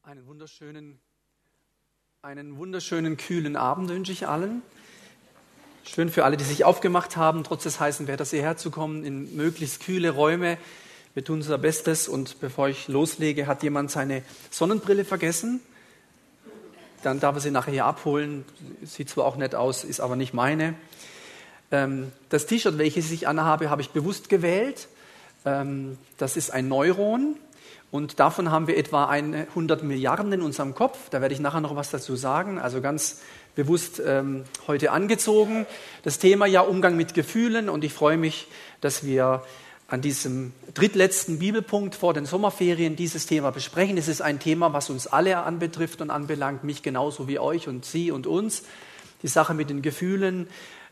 Einen wunderschönen kühlen Abend wünsche ich allen. Schön für alle, die sich aufgemacht haben, trotz des heißen Wetters hierher zu kommen, in möglichst kühle Räume. Wir tun unser Bestes und bevor ich loslege, hat jemand seine Sonnenbrille vergessen. Dann darf er sie nachher hier abholen. Sieht zwar auch nett aus, ist aber nicht meine. Das T-Shirt, welches ich anhabe, habe ich bewusst gewählt. Das ist ein Neuron. Und davon haben wir etwa 100 Milliarden in unserem Kopf. Da werde ich nachher noch was dazu sagen. Also ganz bewusst heute angezogen. Das Thema ja Umgang mit Gefühlen. Und ich freue mich, dass wir an diesem drittletzten Bibelpunkt vor den Sommerferien dieses Thema besprechen. Es ist ein Thema, was uns alle anbetrifft und anbelangt. Mich genauso wie euch und Sie und uns. Die Sache mit den Gefühlen.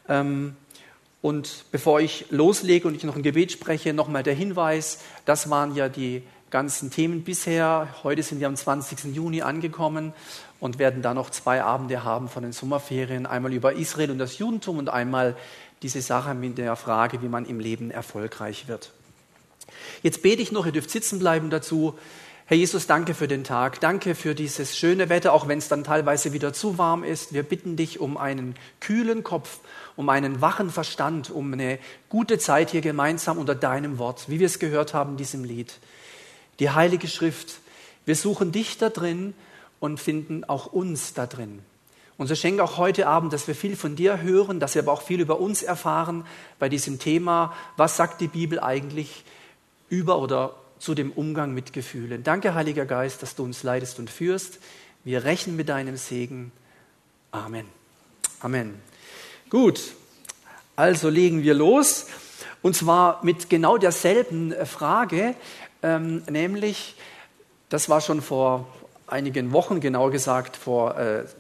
Und bevor ich loslege und ich noch ein Gebet spreche, nochmal der Hinweis. Das waren ja die ganzen Themen bisher. Heute sind wir am 20. Juni angekommen und werden da noch 2 Abende haben von den Sommerferien. Einmal über Israel und das Judentum und einmal diese Sache mit der Frage, wie man im Leben erfolgreich wird. Jetzt bete ich noch, ihr dürft sitzen bleiben dazu. Herr Jesus, danke für den Tag. Danke für dieses schöne Wetter, auch wenn es dann teilweise wieder zu warm ist. Wir bitten dich um einen kühlen Kopf, um einen wachen Verstand, um eine gute Zeit hier gemeinsam unter deinem Wort, wie wir es gehört haben in diesem Lied. Die Heilige Schrift, wir suchen dich da drin und finden auch uns da drin. Und so schenke auch heute Abend, dass wir viel von dir hören, dass wir aber auch viel über uns erfahren bei diesem Thema, was sagt die Bibel eigentlich über oder zu dem Umgang mit Gefühlen. Danke, Heiliger Geist, dass du uns leitest und führst. Wir rechnen mit deinem Segen. Amen. Amen. Gut, also legen wir los. Und zwar mit genau derselben Frage, nämlich, das war schon vor einigen Wochen, genauer gesagt vor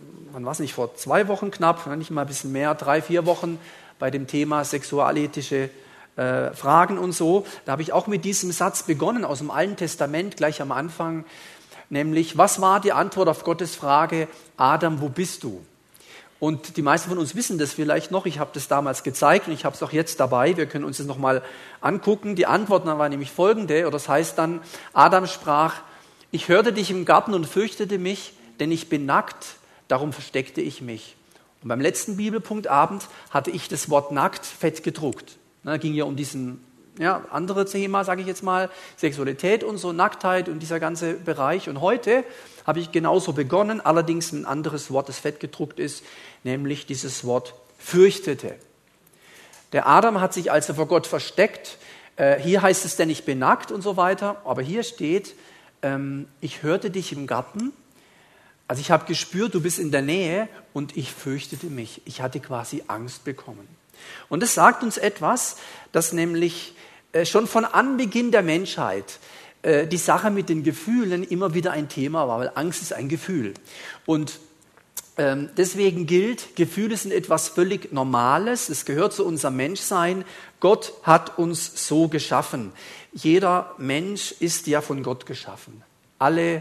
2 Wochen knapp, nicht mal ein bisschen mehr, 3, 4 Wochen bei dem Thema sexualethische Fragen und so. Da habe ich auch mit diesem Satz begonnen aus dem Alten Testament, gleich am Anfang, nämlich, was war die Antwort auf Gottes Frage, Adam, wo bist du? Und die meisten von uns wissen das vielleicht noch. Ich habe das damals gezeigt und ich habe es auch jetzt dabei. Wir können uns das nochmal angucken. Die Antwort war nämlich folgende, oder das heißt dann, Adam sprach, ich hörte dich im Garten und fürchtete mich, denn ich bin nackt, darum versteckte ich mich. Und beim letzten Bibelpunkt Abend hatte ich das Wort nackt fett gedruckt. Da ging ja um diesen andere Thema, sage ich jetzt mal, Sexualität und so, Nacktheit und dieser ganze Bereich. Und heute habe ich genauso begonnen, allerdings ein anderes Wort, das fett gedruckt ist, nämlich dieses Wort fürchtete. Der Adam hat sich also vor Gott versteckt. Hier heißt es denn, ich bin nackt und so weiter. Aber hier steht, ich hörte dich im Garten. Also ich habe gespürt, du bist in der Nähe und ich fürchtete mich. Ich hatte quasi Angst bekommen. Und das sagt uns etwas, dass nämlich schon von Anbeginn der Menschheit die Sache mit den Gefühlen immer wieder ein Thema war, weil Angst ist ein Gefühl. Und deswegen gilt, Gefühle sind etwas völlig Normales, es gehört zu unserem Menschsein. Gott hat uns so geschaffen. Jeder Mensch ist ja von Gott geschaffen. Alle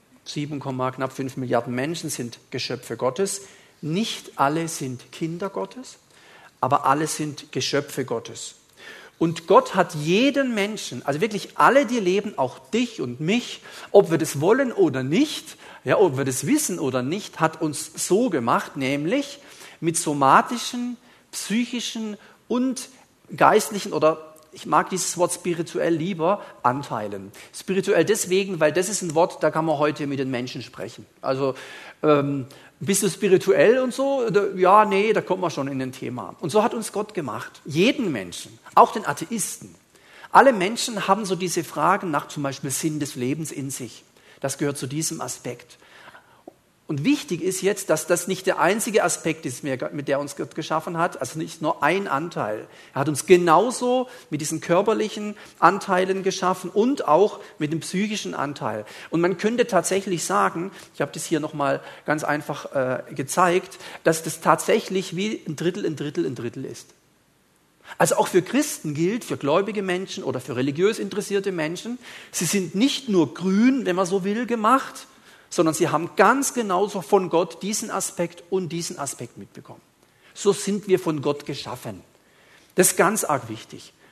7,5 Milliarden Menschen sind Geschöpfe Gottes. Nicht alle sind Kinder Gottes, aber alle sind Geschöpfe Gottes. Und Gott hat jeden Menschen, also wirklich alle, die leben, auch dich und mich, ob wir das wollen oder nicht, ob wir das wissen oder nicht, hat uns so gemacht, nämlich mit somatischen, psychischen und geistlichen oder ich mag dieses Wort spirituell lieber, Anteilen. Spirituell deswegen, weil das ist ein Wort, da kann man heute mit den Menschen sprechen. Also bist du spirituell und so? Ja, nee, da kommt man schon in ein Thema. Und so hat uns Gott gemacht. Jeden Menschen, auch den Atheisten. Alle Menschen haben so diese Fragen nach zum Beispiel Sinn des Lebens in sich. Das gehört zu diesem Aspekt. Und wichtig ist jetzt, dass das nicht der einzige Aspekt ist, mit der uns Gott geschaffen hat, also nicht nur ein Anteil. Er hat uns genauso mit diesen körperlichen Anteilen geschaffen und auch mit dem psychischen Anteil. Und man könnte tatsächlich sagen, ich habe das hier nochmal ganz einfach gezeigt, dass das tatsächlich wie ein Drittel ist. Also auch für Christen gilt, für gläubige Menschen oder für religiös interessierte Menschen, sie sind nicht nur grün, wenn man so will, gemacht, sondern sie haben ganz genauso von Gott diesen Aspekt und diesen Aspekt mitbekommen. So sind wir von Gott geschaffen. Das ist ganz arg wichtig.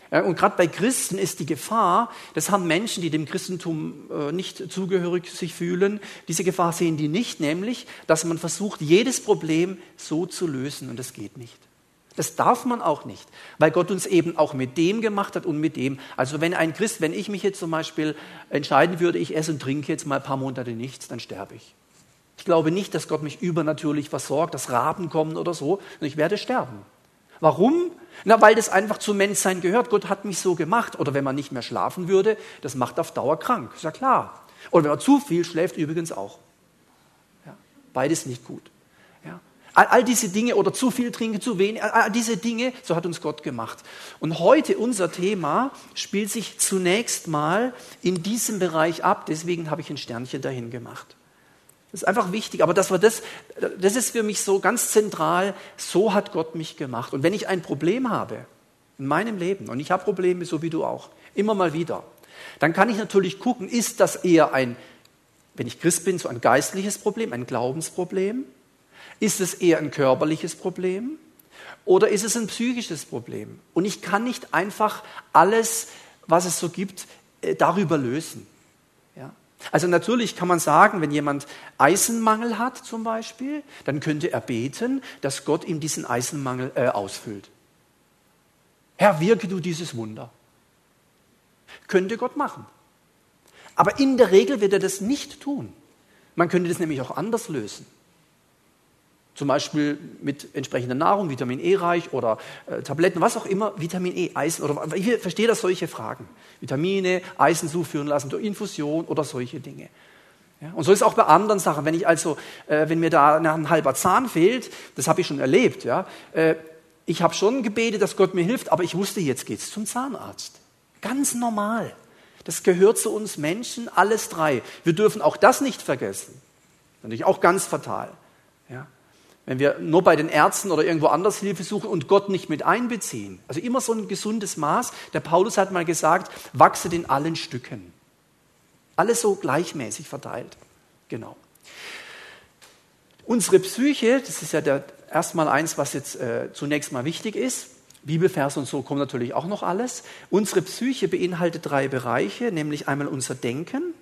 Ja, und gerade bei Christen ist die Gefahr, das haben Menschen, die dem Christentum nicht zugehörig sich fühlen, diese Gefahr sehen die nicht, nämlich, dass man versucht, jedes Problem so zu lösen und das geht nicht. Das darf man auch nicht, weil Gott uns eben auch mit dem gemacht hat und mit dem. Also wenn ich mich jetzt zum Beispiel entscheiden würde, ich esse und trinke jetzt mal ein paar Monate nichts, dann sterbe ich. Ich glaube nicht, dass Gott mich übernatürlich versorgt, dass Raben kommen oder so, und ich werde sterben. Warum? Na, weil das einfach zum Menschsein gehört. Gott hat mich so gemacht. Oder wenn man nicht mehr schlafen würde, das macht auf Dauer krank. Ist ja klar. Oder wenn man zu viel schläft, übrigens auch. Ja, beides nicht gut. Ja. All diese Dinge, oder zu viel trinken, zu wenig, all diese Dinge, so hat uns Gott gemacht. Und heute unser Thema spielt sich zunächst mal in diesem Bereich ab. Deswegen habe ich ein Sternchen dahin gemacht. Das ist einfach wichtig, aber das ist für mich so ganz zentral, so hat Gott mich gemacht. Und wenn ich ein Problem habe in meinem Leben, und ich habe Probleme, so wie du auch, immer mal wieder, dann kann ich natürlich gucken, ist das eher wenn ich Christ bin, so ein geistliches Problem, ein Glaubensproblem? Ist es eher ein körperliches Problem? Oder ist es ein psychisches Problem? Und ich kann nicht einfach alles, was es so gibt, darüber lösen. Also natürlich kann man sagen, wenn jemand Eisenmangel hat zum Beispiel, dann könnte er beten, dass Gott ihm diesen Eisenmangel ausfüllt. Herr, wirke du dieses Wunder. Könnte Gott machen. Aber in der Regel wird er das nicht tun. Man könnte das nämlich auch anders lösen. Zum Beispiel mit entsprechender Nahrung, Vitamin E reich oder Tabletten, was auch immer, Vitamin E, Eisen oder ich verstehe das solche Fragen. Vitamine, Eisen zuführen lassen durch Infusion oder solche Dinge. Ja, und so ist es auch bei anderen Sachen. Wenn mir da ein halber Zahn fehlt, das habe ich schon erlebt. Ja, ich habe schon gebetet, dass Gott mir hilft, aber ich wusste, jetzt geht es zum Zahnarzt. Ganz normal. Das gehört zu uns Menschen, alles drei. Wir dürfen auch das nicht vergessen. Natürlich auch ganz fatal. Ja. Wenn wir nur bei den Ärzten oder irgendwo anders Hilfe suchen und Gott nicht mit einbeziehen. Also immer so ein gesundes Maß. Der Paulus hat mal gesagt, wachset in allen Stücken. Alles so gleichmäßig verteilt. Genau. Unsere Psyche, das ist ja erstmal eins, was jetzt zunächst mal wichtig ist. Bibelverse und so kommt natürlich auch noch alles. Unsere Psyche beinhaltet 3 Bereiche, nämlich einmal unser Denken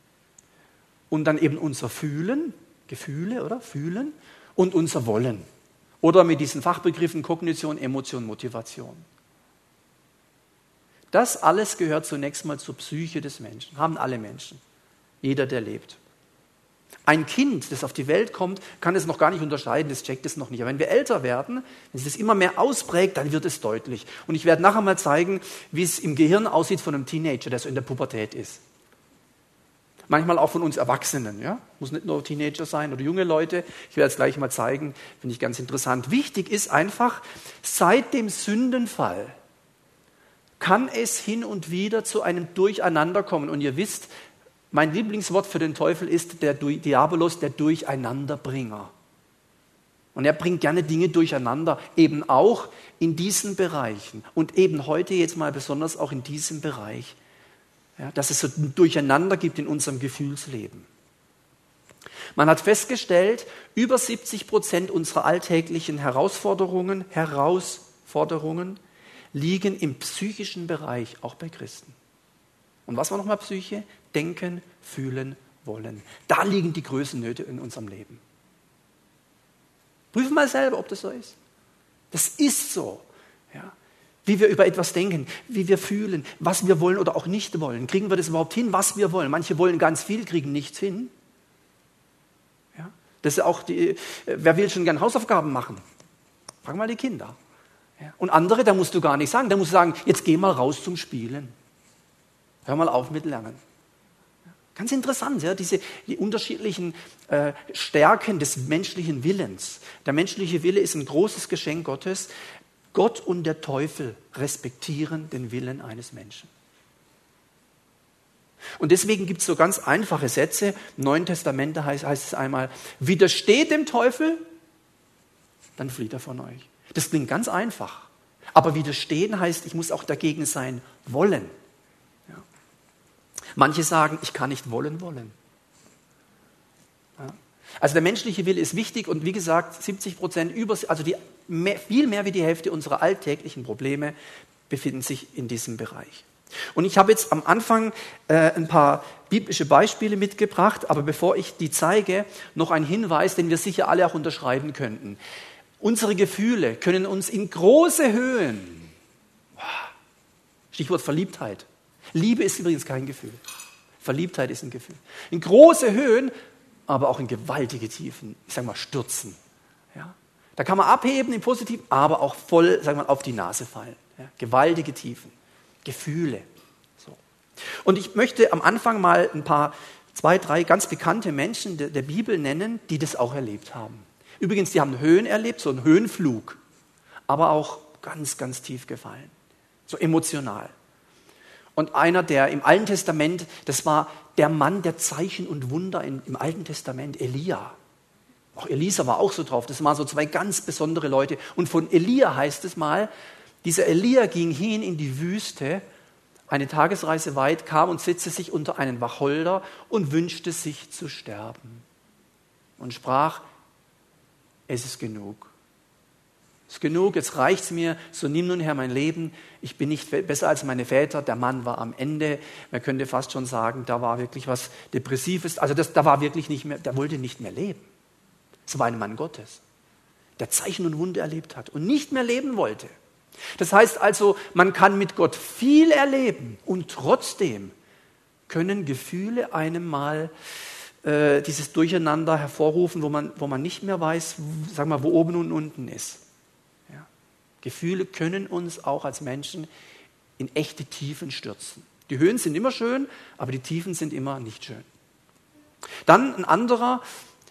und dann eben unser Fühlen, Gefühle oder Fühlen, und unser Wollen. Oder mit diesen Fachbegriffen Kognition, Emotion, Motivation. Das alles gehört zunächst mal zur Psyche des Menschen. Haben alle Menschen. Jeder, der lebt. Ein Kind, das auf die Welt kommt, kann es noch gar nicht unterscheiden, das checkt es noch nicht. Aber wenn wir älter werden, wenn sich das immer mehr ausprägt, dann wird es deutlich. Und ich werde nachher mal zeigen, wie es im Gehirn aussieht von einem Teenager, der so in der Pubertät ist. Manchmal auch von uns Erwachsenen, ja? Muss nicht nur Teenager sein oder junge Leute. Ich werde es gleich mal zeigen, finde ich ganz interessant. Wichtig ist einfach, seit dem Sündenfall kann es hin und wieder zu einem Durcheinander kommen. Und ihr wisst, mein Lieblingswort für den Teufel ist der Diabolos, der Durcheinanderbringer. Und er bringt gerne Dinge durcheinander, eben auch in diesen Bereichen. Und eben heute jetzt mal besonders auch in diesem Bereich. Ja, dass es so ein Durcheinander gibt in unserem Gefühlsleben. Man hat festgestellt, über 70% unserer alltäglichen Herausforderungen liegen im psychischen Bereich, auch bei Christen. Und was war nochmal Psyche? Denken, fühlen, wollen. Da liegen die größten Nöte in unserem Leben. Prüfen mal selber, ob das so ist. Das ist so. Ja. Wie wir über etwas denken, wie wir fühlen, was wir wollen oder auch nicht wollen. Kriegen wir das überhaupt hin, was wir wollen? Manche wollen ganz viel, kriegen nichts hin. Ja? Das ist auch wer will schon gern Hausaufgaben machen? Frag mal die Kinder. Ja? Und andere, da musst du gar nicht sagen. Da musst du sagen, jetzt geh mal raus zum Spielen. Hör mal auf mit Lernen. Ganz interessant, ja? Die unterschiedlichen Stärken des menschlichen Willens. Der menschliche Wille ist ein großes Geschenk Gottes. Gott und der Teufel respektieren den Willen eines Menschen. Und deswegen gibt es so ganz einfache Sätze. Im Neuen Testament heißt es einmal, widersteht dem Teufel, dann flieht er von euch. Das klingt ganz einfach. Aber widerstehen heißt, ich muss auch dagegen sein wollen. Ja. Manche sagen, ich kann nicht wollen. Ja. Also der menschliche Wille ist wichtig und wie gesagt, 70%, viel mehr wie die Hälfte unserer alltäglichen Probleme befinden sich in diesem Bereich. Und ich habe jetzt am Anfang ein paar biblische Beispiele mitgebracht, aber bevor ich die zeige, noch ein Hinweis, den wir sicher alle auch unterschreiben könnten. Unsere Gefühle können uns in große Höhen, Stichwort Verliebtheit. Liebe ist übrigens kein Gefühl. Verliebtheit ist ein Gefühl. In große Höhen, aber auch in gewaltige Tiefen, ich sage mal stürzen. Ja? Da kann man abheben im Positiven, aber auch voll, sagen wir mal, auf die Nase fallen. Ja? Gewaltige Tiefen, Gefühle. So. Und ich möchte am Anfang mal zwei, drei ganz bekannte Menschen der Bibel nennen, die das auch erlebt haben. Übrigens, die haben Höhen erlebt, so einen Höhenflug, aber auch ganz, ganz tief gefallen, so emotional. Und einer, der im Alten Testament, das war der Mann der Zeichen und Wunder im Alten Testament, Elia. Auch Elisa war auch so drauf. Das waren so zwei ganz besondere Leute. Und von Elia heißt es mal, dieser Elia ging hin in die Wüste, eine Tagesreise weit, kam und setzte sich unter einen Wacholder und wünschte sich zu sterben. Und sprach, es ist genug. Es ist genug, jetzt reicht's mir, so nimm nun her mein Leben. Ich bin nicht besser als meine Väter. Der Mann war am Ende. Man könnte fast schon sagen, da war wirklich was Depressives. Also da war wirklich nicht mehr, der wollte nicht mehr leben. Es war ein Mann Gottes, der Zeichen und Wunder erlebt hat und nicht mehr leben wollte. Das heißt also, man kann mit Gott viel erleben und trotzdem können Gefühle einem mal dieses Durcheinander hervorrufen, wo man nicht mehr weiß, sagen wir, wo oben und unten ist. Ja. Gefühle können uns auch als Menschen in echte Tiefen stürzen. Die Höhen sind immer schön, aber die Tiefen sind immer nicht schön. Dann ein anderer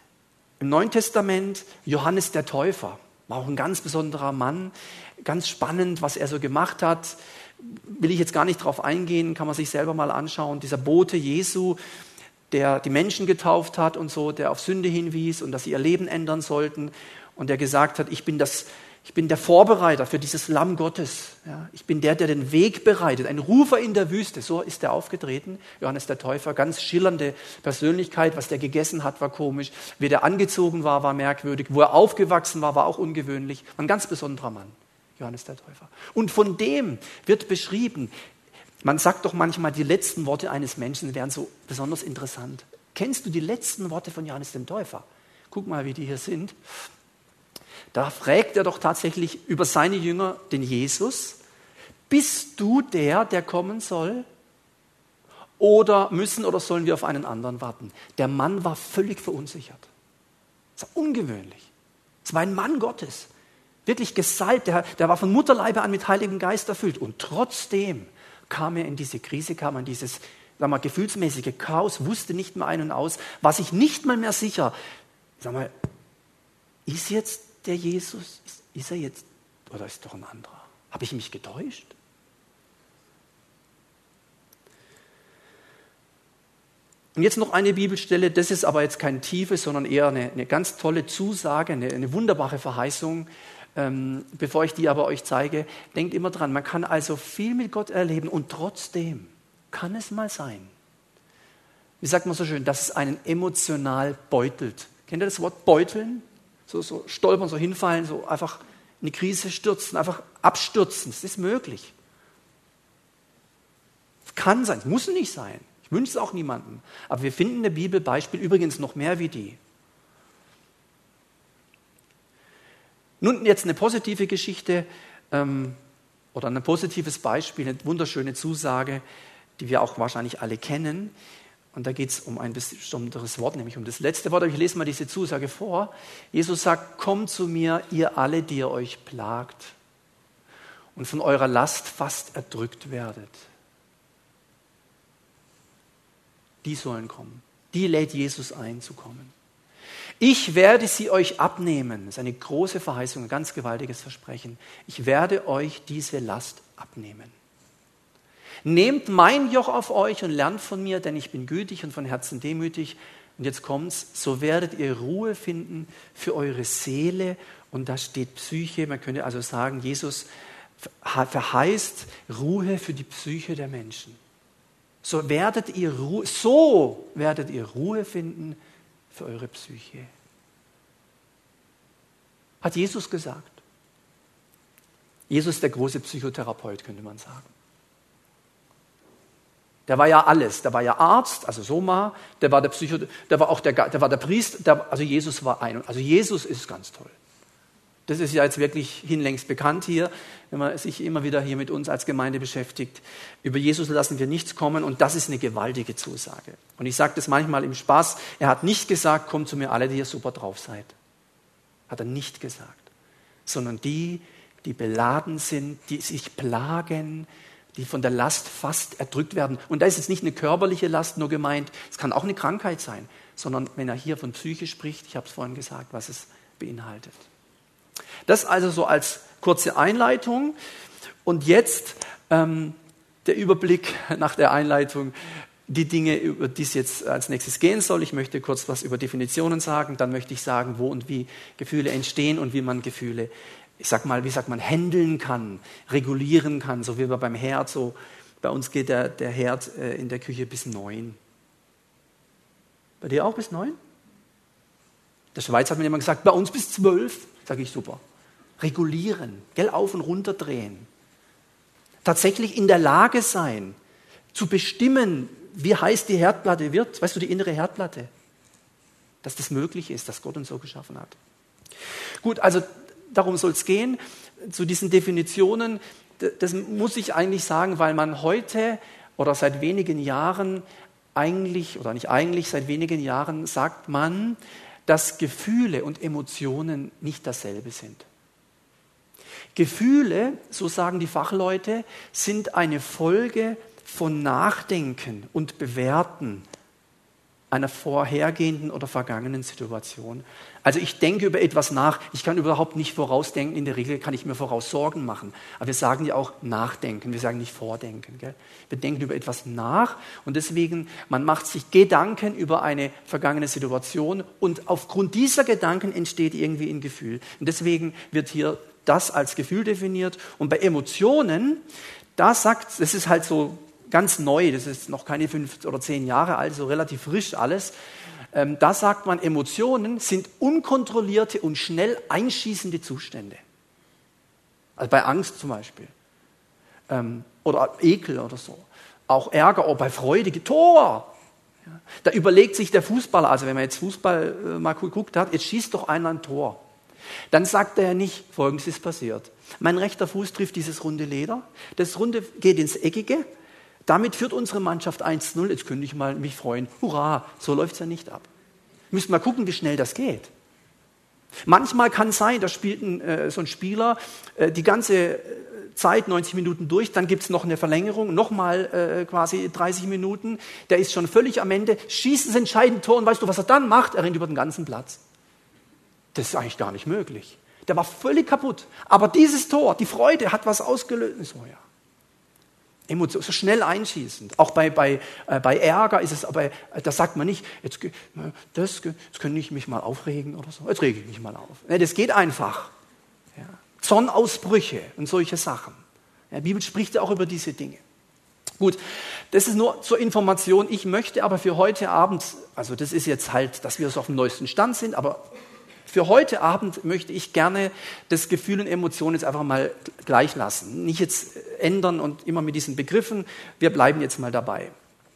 im Neuen Testament, Johannes der Täufer, war auch ein ganz besonderer Mann, ganz spannend, was er so gemacht hat. Will ich jetzt gar nicht drauf eingehen, kann man sich selber mal anschauen. Dieser Bote Jesu, der die Menschen getauft hat und so, der auf Sünde hinwies und dass sie ihr Leben ändern sollten und der gesagt hat, ich bin der Vorbereiter für dieses Lamm Gottes. Ja, ich bin der den Weg bereitet, ein Rufer in der Wüste. So ist er aufgetreten, Johannes der Täufer, ganz schillernde Persönlichkeit. Was der gegessen hat, war komisch. Wie der angezogen war merkwürdig. Wo er aufgewachsen war auch ungewöhnlich. Ein ganz besonderer Mann, Johannes der Täufer. Und von dem wird beschrieben, man sagt doch manchmal, die letzten Worte eines Menschen wären so besonders interessant. Kennst du die letzten Worte von Johannes dem Täufer? Guck mal, wie die hier sind. Da fragt er doch tatsächlich über seine Jünger, den Jesus, bist du der kommen soll? Oder sollen wir auf einen anderen warten? Der Mann war völlig verunsichert. Das war ungewöhnlich. Es war ein Mann Gottes, wirklich gesalbt, der war von Mutterleibe an mit Heiligem Geist erfüllt. Und trotzdem kam er in diese Krise, kam er in dieses, gefühlsmäßige Chaos, wusste nicht mehr ein und aus, war sich nicht mal mehr sicher. Ist jetzt der Jesus, ist er jetzt, oder ist doch ein anderer? Habe ich mich getäuscht? Und jetzt noch eine Bibelstelle, das ist aber jetzt kein tiefes, sondern eher eine ganz tolle Zusage, eine wunderbare Verheißung. Bevor ich die aber euch zeige, denkt immer dran, man kann also viel mit Gott erleben und trotzdem kann es mal sein, wie sagt man so schön, dass es einen emotional beutelt. Kennt ihr das Wort beuteln? So stolpern, so hinfallen, so einfach in eine Krise stürzen, einfach abstürzen. Das ist möglich. Kann sein, muss nicht sein. Ich wünsche es auch niemandem. Aber wir finden in der Bibel Beispiele, übrigens noch mehr wie die. Nun jetzt eine positive Geschichte oder ein positives Beispiel, eine wunderschöne Zusage, die wir auch wahrscheinlich alle kennen. Und da geht es um ein besonderes Wort, nämlich um das letzte Wort. Aber ich lese mal diese Zusage vor. Jesus sagt, kommt zu mir, ihr alle, die ihr euch plagt und von eurer Last fast erdrückt werdet. Die sollen kommen. Die lädt Jesus ein, zu kommen. Ich werde sie euch abnehmen. Das ist eine große Verheißung, ein ganz gewaltiges Versprechen. Ich werde euch diese Last abnehmen. Nehmt mein Joch auf euch und lernt von mir, denn ich bin gütig und von Herzen demütig. Und jetzt kommt's, so werdet ihr Ruhe finden für eure Seele. Und da steht Psyche. Man könnte also sagen, Jesus verheißt Ruhe für die Psyche der Menschen. So werdet ihr Ruhe finden für eure Psyche. Hat Jesus gesagt. Jesus, der große Psychotherapeut, könnte man sagen. Der war ja alles. Der war ja Arzt, also Soma, der war der der Priester, also Jesus war ein. Also Jesus ist ganz toll. Das ist ja jetzt wirklich hinlängst bekannt hier, wenn man sich immer wieder hier mit uns als Gemeinde beschäftigt. Über Jesus lassen wir nichts kommen und das ist eine gewaltige Zusage. Und ich sage das manchmal im Spaß, er hat nicht gesagt, kommt zu mir alle, die ihr super drauf seid. Hat er nicht gesagt. Sondern die beladen sind, die sich plagen, die von der Last fast erdrückt werden. Und da ist jetzt nicht eine körperliche Last nur gemeint, es kann auch eine Krankheit sein, sondern wenn er hier von Psyche spricht, ich habe es vorhin gesagt, was es beinhaltet. Das also so als kurze Einleitung. Und jetzt der Überblick nach der Einleitung, die Dinge, über die es jetzt als nächstes gehen soll. Ich möchte kurz was über Definitionen sagen, dann möchte ich sagen, wo und wie Gefühle entstehen und wie man Gefühle, handeln kann, regulieren kann, so wie wir beim Herd, so bei uns geht der Herd in der Küche bis 9. Bei dir auch bis 9? In der Schweiz hat mir jemand gesagt, bei uns bis 12. Sage ich, super. Regulieren, auf und runter drehen. Tatsächlich in der Lage sein, zu bestimmen, wie heiß die Herdplatte wird. Weißt du, die innere Herdplatte. Dass das möglich ist, dass Gott uns so geschaffen hat. Gut, also darum soll es gehen. Zu diesen Definitionen, das muss ich eigentlich sagen, weil man heute oder seit wenigen Jahren seit wenigen Jahren sagt man, dass Gefühle und Emotionen nicht dasselbe sind. Gefühle, so sagen die Fachleute, sind eine Folge von Nachdenken und Bewerten einer vorhergehenden oder vergangenen Situation. Also ich denke über etwas nach, ich kann überhaupt nicht vorausdenken, in der Regel kann ich mir voraus Sorgen machen. Aber wir sagen ja auch nachdenken, wir sagen nicht vordenken. Gell? Wir denken über etwas nach und deswegen, man macht sich Gedanken über eine vergangene Situation und aufgrund dieser Gedanken entsteht irgendwie ein Gefühl. Und deswegen wird hier das als Gefühl definiert. Und bei Emotionen, das ist halt so ganz neu, das ist noch keine 5 oder 10 Jahre alt, so relativ frisch alles. Da sagt man, Emotionen sind unkontrollierte und schnell einschießende Zustände. Also bei Angst zum Beispiel. Oder Ekel oder so. Auch Ärger, oder bei Freude, Tor. Ja. Da überlegt sich der Fußballer, also wenn man jetzt Fußball mal geguckt hat, jetzt schießt doch einer ein Tor. Dann sagt er ja nicht, Folgendes ist passiert. Mein rechter Fuß trifft dieses runde Leder, das runde geht ins Eckige, damit führt unsere Mannschaft 1-0, jetzt könnte ich mal mich freuen. Hurra, so läuft es ja nicht ab. Müssen mal gucken, wie schnell das geht. Manchmal kann es sein, da spielt so ein Spieler die ganze Zeit 90 Minuten durch, dann gibt es noch eine Verlängerung, nochmal quasi 30 Minuten, der ist schon völlig am Ende, schießt das entscheidende Tor und weißt du, was er dann macht? Er rennt über den ganzen Platz. Das ist eigentlich gar nicht möglich. Der war völlig kaputt. Aber dieses Tor, die Freude hat was ausgelöst. So, ja. Emotion, so schnell einschießend. Auch bei Ärger ist es, aber da sagt man nicht, jetzt könnte ich mich mal aufregen oder so. Jetzt rege ich mich mal auf. Nee, das geht einfach. Ja. Zornausbrüche und solche Sachen. Ja, die Bibel spricht ja auch über diese Dinge. Gut, das ist nur zur Information. Ich möchte aber für heute Abend, also das ist jetzt halt, dass wir so auf dem neuesten Stand sind, aber für heute Abend möchte ich gerne das Gefühl und Emotionen jetzt einfach mal gleich lassen. Nicht jetzt ändern und immer mit diesen Begriffen. Wir bleiben jetzt mal dabei.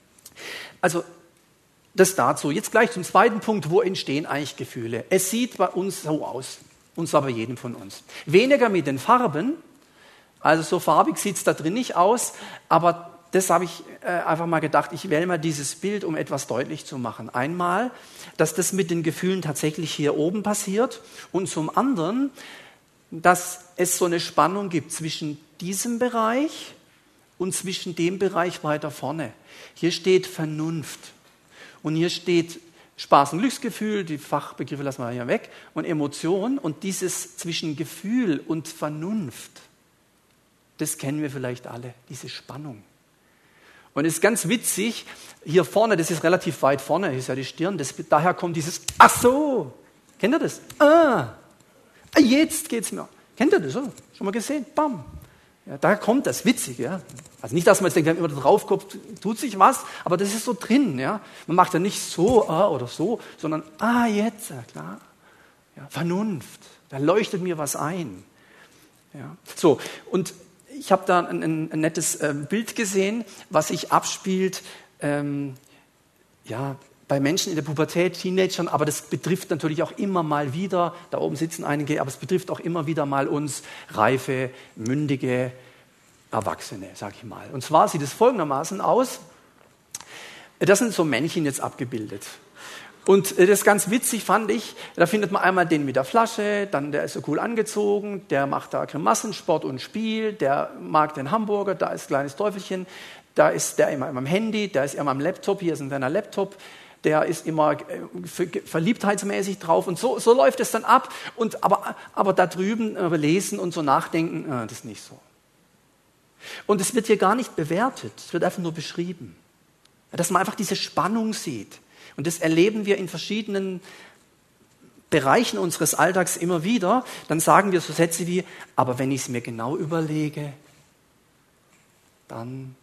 Also das dazu. Jetzt gleich zum zweiten Punkt. Wo entstehen eigentlich Gefühle? Es sieht bei uns so aus. Und zwar bei jedem von uns. Weniger mit den Farben. Also so farbig sieht es da drin nicht aus. Aber das habe ich einfach mal gedacht, ich wähle mal dieses Bild, um etwas deutlich zu machen. Einmal, dass das mit den Gefühlen tatsächlich hier oben passiert und zum anderen, dass es so eine Spannung gibt zwischen diesem Bereich und zwischen dem Bereich weiter vorne. Hier steht Vernunft und hier steht Spaß- und Glücksgefühl, die Fachbegriffe lassen wir hier weg, und Emotion und dieses zwischen Gefühl und Vernunft, das kennen wir vielleicht alle, diese Spannung. Und es ist ganz witzig, hier vorne, das ist relativ weit vorne, hier ist ja die Stirn, daher kommt dieses, ach so, kennt ihr das? Jetzt geht's mir. Kennt ihr das? Schon mal gesehen? Bam. Ja, daher kommt das, witzig. Ja? Also nicht, dass man jetzt denkt, wenn man da drauf kommt, tut sich was, aber das ist so drin. Ja? Man macht ja nicht so oder so, sondern jetzt, ja, klar. Ja, Vernunft, da leuchtet mir was ein. Ja. So, und ich habe da ein nettes Bild gesehen, was sich abspielt, bei Menschen in der Pubertät, Teenagern, aber das betrifft natürlich auch immer mal wieder, da oben sitzen einige, aber es betrifft auch immer wieder mal uns reife, mündige Erwachsene, sag ich mal. Und zwar sieht es folgendermaßen aus, das sind so Männchen jetzt abgebildet. Und das ist ganz witzig, fand ich, da findet man einmal den mit der Flasche, dann der ist so cool angezogen, der macht da Grimassensport und Spiel, der mag den Hamburger, da ist ein kleines Teufelchen, da ist der immer am Handy, der ist immer am Laptop, hier ist ein kleiner Laptop, der ist immer verliebtheitsmäßig drauf und so läuft es dann ab. Und aber da drüben lesen und so nachdenken, das ist nicht so. Und es wird hier gar nicht bewertet, es wird einfach nur beschrieben. Dass man einfach diese Spannung sieht. Und das erleben wir in verschiedenen Bereichen unseres Alltags immer wieder. Dann sagen wir so Sätze wie, aber wenn ich es mir genau überlege, dann...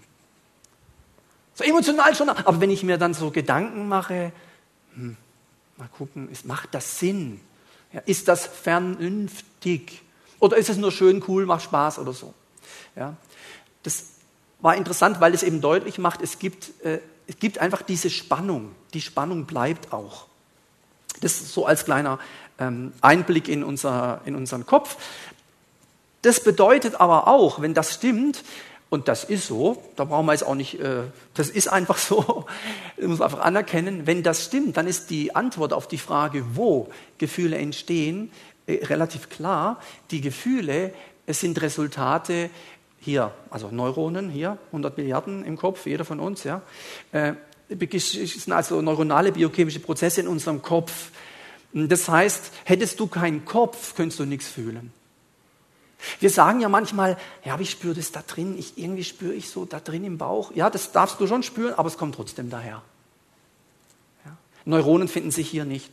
So emotional schon, aber wenn ich mir dann so Gedanken mache, mal gucken, macht das Sinn? Ja, ist das vernünftig? Oder ist es nur schön, cool, macht Spaß oder so? Ja, das war interessant, weil es eben deutlich macht, es gibt einfach diese Spannung. Die Spannung bleibt auch. Das ist so als kleiner Einblick in unseren Kopf. Das bedeutet aber auch, wenn das stimmt, und das ist so, da brauchen wir jetzt auch nicht, das ist einfach so, das muss man einfach anerkennen, wenn das stimmt, dann ist die Antwort auf die Frage, wo Gefühle entstehen, relativ klar. Die Gefühle sind Resultate hier, also Neuronen hier, 100 Milliarden im Kopf, jeder von uns, ja, sind also neuronale biochemische Prozesse in unserem Kopf. Das heißt, hättest du keinen Kopf, könntest du nichts fühlen. Wir sagen ja manchmal, ja, aber ich spüre das da drin, irgendwie spüre ich so da drin im Bauch. Ja, das darfst du schon spüren, aber es kommt trotzdem daher. Ja. Neuronen finden sich hier nicht.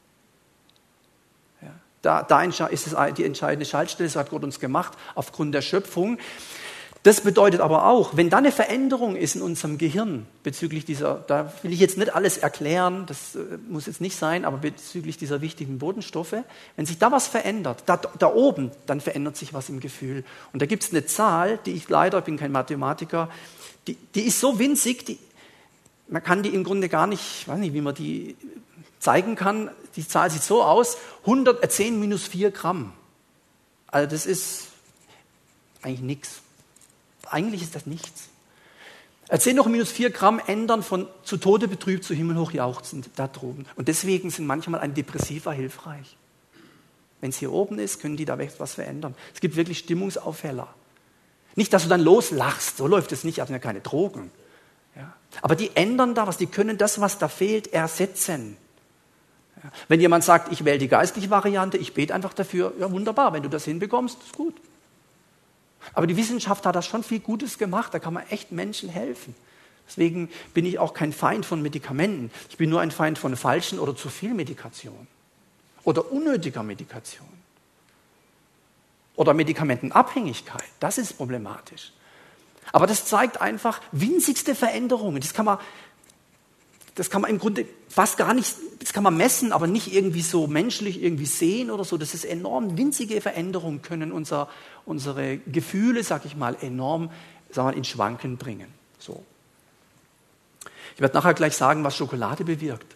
Ja. Da ist es die entscheidende Schaltstelle, das hat Gott uns gemacht, aufgrund der Schöpfung. Das bedeutet aber auch, wenn da eine Veränderung ist in unserem Gehirn bezüglich dieser, da will ich jetzt nicht alles erklären, das muss jetzt nicht sein, aber bezüglich dieser wichtigen Botenstoffe, wenn sich da was verändert, da oben, dann verändert sich was im Gefühl. Und da gibt es eine Zahl, die ich leider, bin kein Mathematiker, die ist so winzig, man kann die im Grunde gar nicht, ich weiß nicht, wie man die zeigen kann, die Zahl sieht so aus, 10 minus 4 Gramm. Also das ist eigentlich nichts. Eigentlich ist das nichts. 10 hoch minus 4 Gramm ändern von zu Tode betrübt zu himmelhoch jauchzend da droben. Und deswegen sind manchmal Antidepressiva hilfreich. Wenn es hier oben ist, können die da was verändern. Es gibt wirklich Stimmungsaufheller. Nicht, dass du dann loslachst, so läuft es nicht, das sind ja keine Drogen. Ja. Aber die ändern da was, die können das, was da fehlt, ersetzen. Ja. Wenn jemand sagt, ich wähle die geistliche Variante, ich bete einfach dafür, ja wunderbar, wenn du das hinbekommst, ist gut. Aber die Wissenschaft hat da schon viel Gutes gemacht, da kann man echt Menschen helfen. Deswegen bin ich auch kein Feind von Medikamenten. Ich bin nur ein Feind von falschen oder zu viel Medikation. Oder unnötiger Medikation. Oder Medikamentenabhängigkeit, das ist problematisch. Aber das zeigt einfach winzigste Veränderungen. Das kann man im Grunde fast gar nicht, das kann man messen, aber nicht irgendwie so menschlich irgendwie sehen oder so. Das ist enorm. Winzige Veränderungen können unsere Gefühle, sag ich mal, enorm in Schwanken bringen. So. Ich werde nachher gleich sagen, was Schokolade bewirkt.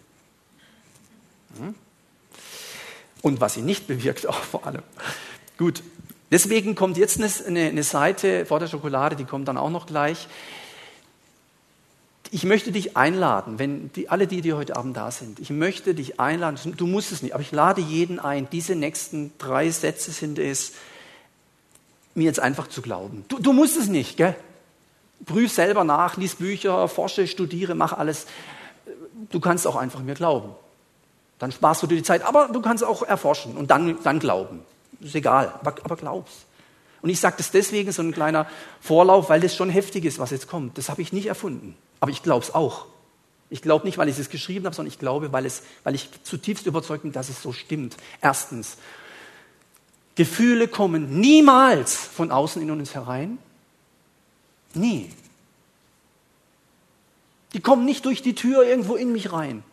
Und was sie nicht bewirkt auch vor allem. Gut, deswegen kommt jetzt eine Seite vor der Schokolade, die kommt dann auch noch gleich. Ich möchte dich einladen, alle die heute Abend da sind, ich möchte dich einladen, du musst es nicht, aber ich lade jeden ein, diese nächsten 3 Sätze sind es, mir jetzt einfach zu glauben. Du musst es nicht, gell? Prüf selber nach, lies Bücher, forsche, studiere, mach alles. Du kannst auch einfach mir glauben. Dann sparst du dir die Zeit, aber du kannst auch erforschen und dann glauben. Ist egal, aber glaub's. Und ich sage das deswegen, so ein kleiner Vorlauf, weil das schon heftig ist, was jetzt kommt. Das habe ich nicht erfunden. Aber ich glaube es auch. Ich glaube nicht, weil ich es geschrieben habe, sondern ich glaube, weil ich zutiefst überzeugt bin, dass es so stimmt. Erstens, Gefühle kommen niemals von außen in uns herein. Nie. Die kommen nicht durch die Tür irgendwo in mich rein.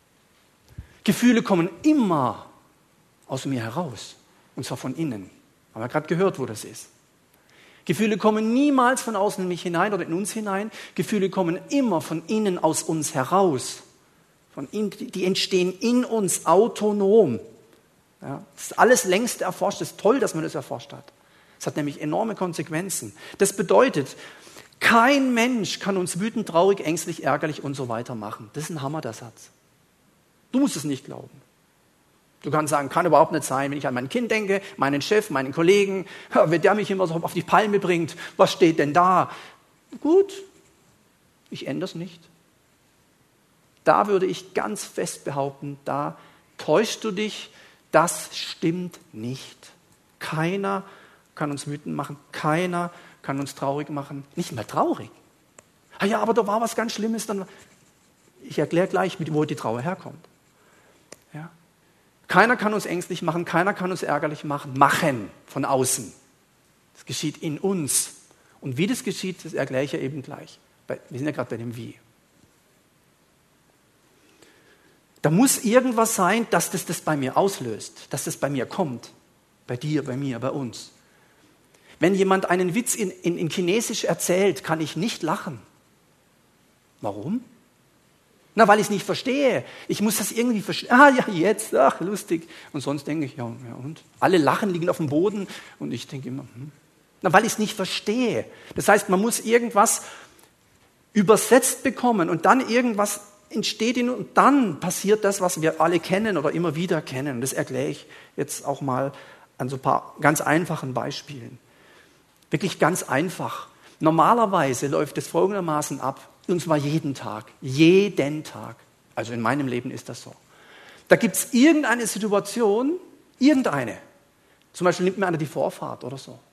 Gefühle kommen immer aus mir heraus. Und zwar von innen. Haben wir gerade gehört, wo das ist. Gefühle kommen niemals von außen in mich hinein oder in uns hinein. Gefühle kommen immer von innen aus uns heraus. Die entstehen in uns autonom. Ja, das ist alles längst erforscht. Es ist toll, dass man das erforscht hat. Es hat nämlich enorme Konsequenzen. Das bedeutet, kein Mensch kann uns wütend, traurig, ängstlich, ärgerlich und so weiter machen. Das ist ein Hammer, der Satz. Du musst es nicht glauben. Du kannst sagen, kann überhaupt nicht sein, wenn ich an mein Kind denke, meinen Chef, meinen Kollegen, wenn der mich immer so auf die Palme bringt, was steht denn da? Gut, ich ändere es nicht. Da würde ich ganz fest behaupten, da täuschst du dich, das stimmt nicht. Keiner kann uns wütend machen, keiner kann uns traurig machen, nicht mal traurig. Ah ja, aber da war was ganz Schlimmes, dann. Ich erkläre gleich, wo die Trauer herkommt. Ja. Keiner kann uns ängstlich machen, keiner kann uns ärgerlich machen von außen. Das geschieht in uns. Und wie das geschieht, das erkläre ich ja eben gleich. Wir sind ja gerade bei dem Wie. Da muss irgendwas sein, dass das bei mir auslöst, dass das bei mir kommt. Bei dir, bei mir, bei uns. Wenn jemand einen Witz in Chinesisch erzählt, kann ich nicht lachen. Warum? Na, weil ich es nicht verstehe. Ich muss das irgendwie verstehen. Ah ja, jetzt, ach, lustig. Und sonst denke ich, ja und? Alle lachen, liegen auf dem Boden und ich denke immer, Na, weil ich es nicht verstehe. Das heißt, man muss irgendwas übersetzt bekommen und dann irgendwas entsteht in uns und dann passiert das, was wir alle kennen oder immer wieder kennen. Und das erkläre ich jetzt auch mal an so ein paar ganz einfachen Beispielen. Wirklich ganz einfach. Normalerweise läuft es folgendermaßen ab, und zwar jeden Tag. Also in meinem Leben ist das so. Da gibt es irgendeine Situation, irgendeine. Zum Beispiel nimmt mir einer die Vorfahrt oder so.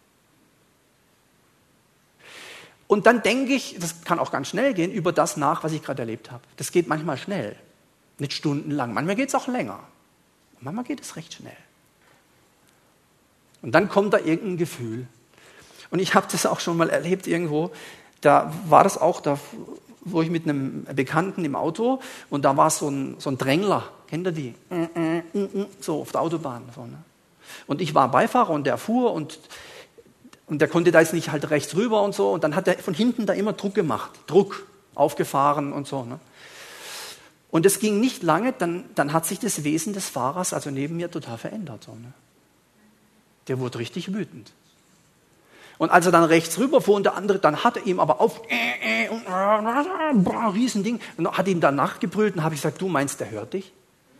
Und dann denke ich, das kann auch ganz schnell gehen, über das nach, was ich gerade erlebt habe. Das geht manchmal schnell, nicht stundenlang. Manchmal geht es auch länger. Manchmal geht es recht schnell. Und dann kommt da irgendein Gefühl. Und ich habe das auch schon mal erlebt irgendwo. Da war das auch, da wo ich mit einem Bekannten im Auto und da war so ein Drängler. Kennt ihr die? So auf der Autobahn. So, ne? Und ich war Beifahrer und der fuhr und der konnte da jetzt nicht halt rechts rüber und so. Und dann hat er von hinten da immer Druck gemacht. Druck aufgefahren und so. Ne? Und es ging nicht lange, dann hat sich das Wesen des Fahrers, also neben mir, total verändert. So, ne? Der wurde richtig wütend. Und als er dann rechts rüberfuhr und der andere, dann hat er ihm aber auf Riesending, und hat ihm danach gebrüllt und habe ich gesagt, du meinst, der hört dich?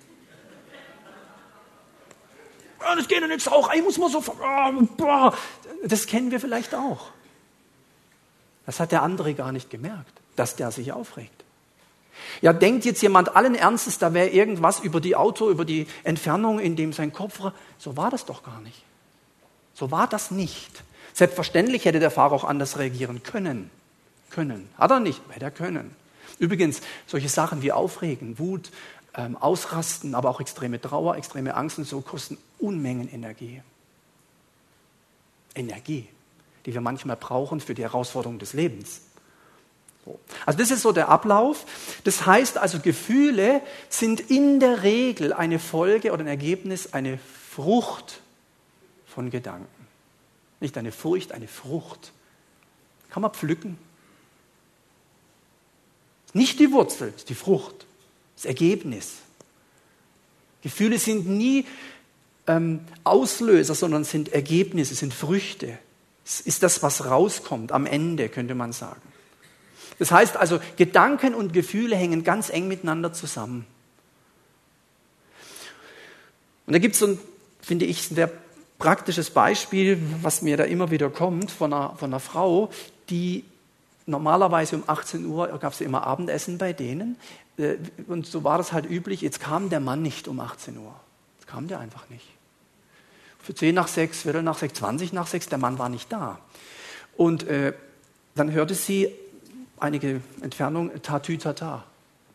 Das geht doch nicht auch, ich muss mal so, das kennen wir vielleicht auch. Das hat der andere gar nicht gemerkt, dass der sich aufregt. Ja, denkt jetzt jemand allen Ernstes, da wäre irgendwas über die Entfernung, in dem sein Kopf war. So war das doch gar nicht. So war das nicht. Selbstverständlich hätte der Fahrer auch anders reagieren können. Hat er nicht, hätte er können. Übrigens, solche Sachen wie Aufregen, Wut, Ausrasten, aber auch extreme Trauer, extreme Angst und so kosten Unmengen Energie. Energie, die wir manchmal brauchen für die Herausforderung des Lebens. So. Also das ist so der Ablauf. Das heißt also, Gefühle sind in der Regel eine Folge oder ein Ergebnis, eine Frucht von Gedanken. Nicht eine Furcht, eine Frucht. Kann man pflücken. Nicht die Wurzel, die Frucht, das Ergebnis. Gefühle sind nie Auslöser, sondern sind Ergebnisse, sind Früchte. Es ist das, was rauskommt am Ende, könnte man sagen. Das heißt also, Gedanken und Gefühle hängen ganz eng miteinander zusammen. Und da gibt es so ein, finde ich, sehr praktisches Beispiel, was mir da immer wieder kommt, von einer Frau, die normalerweise um 18 Uhr, gab es immer Abendessen bei denen, und so war das halt üblich, jetzt kam der Mann nicht um 18 Uhr. Jetzt kam der einfach nicht. Für 10 nach 6, Viertel nach 6, 20 nach 6, der Mann war nicht da. Und dann hörte sie einige Entfernung, Tatütata.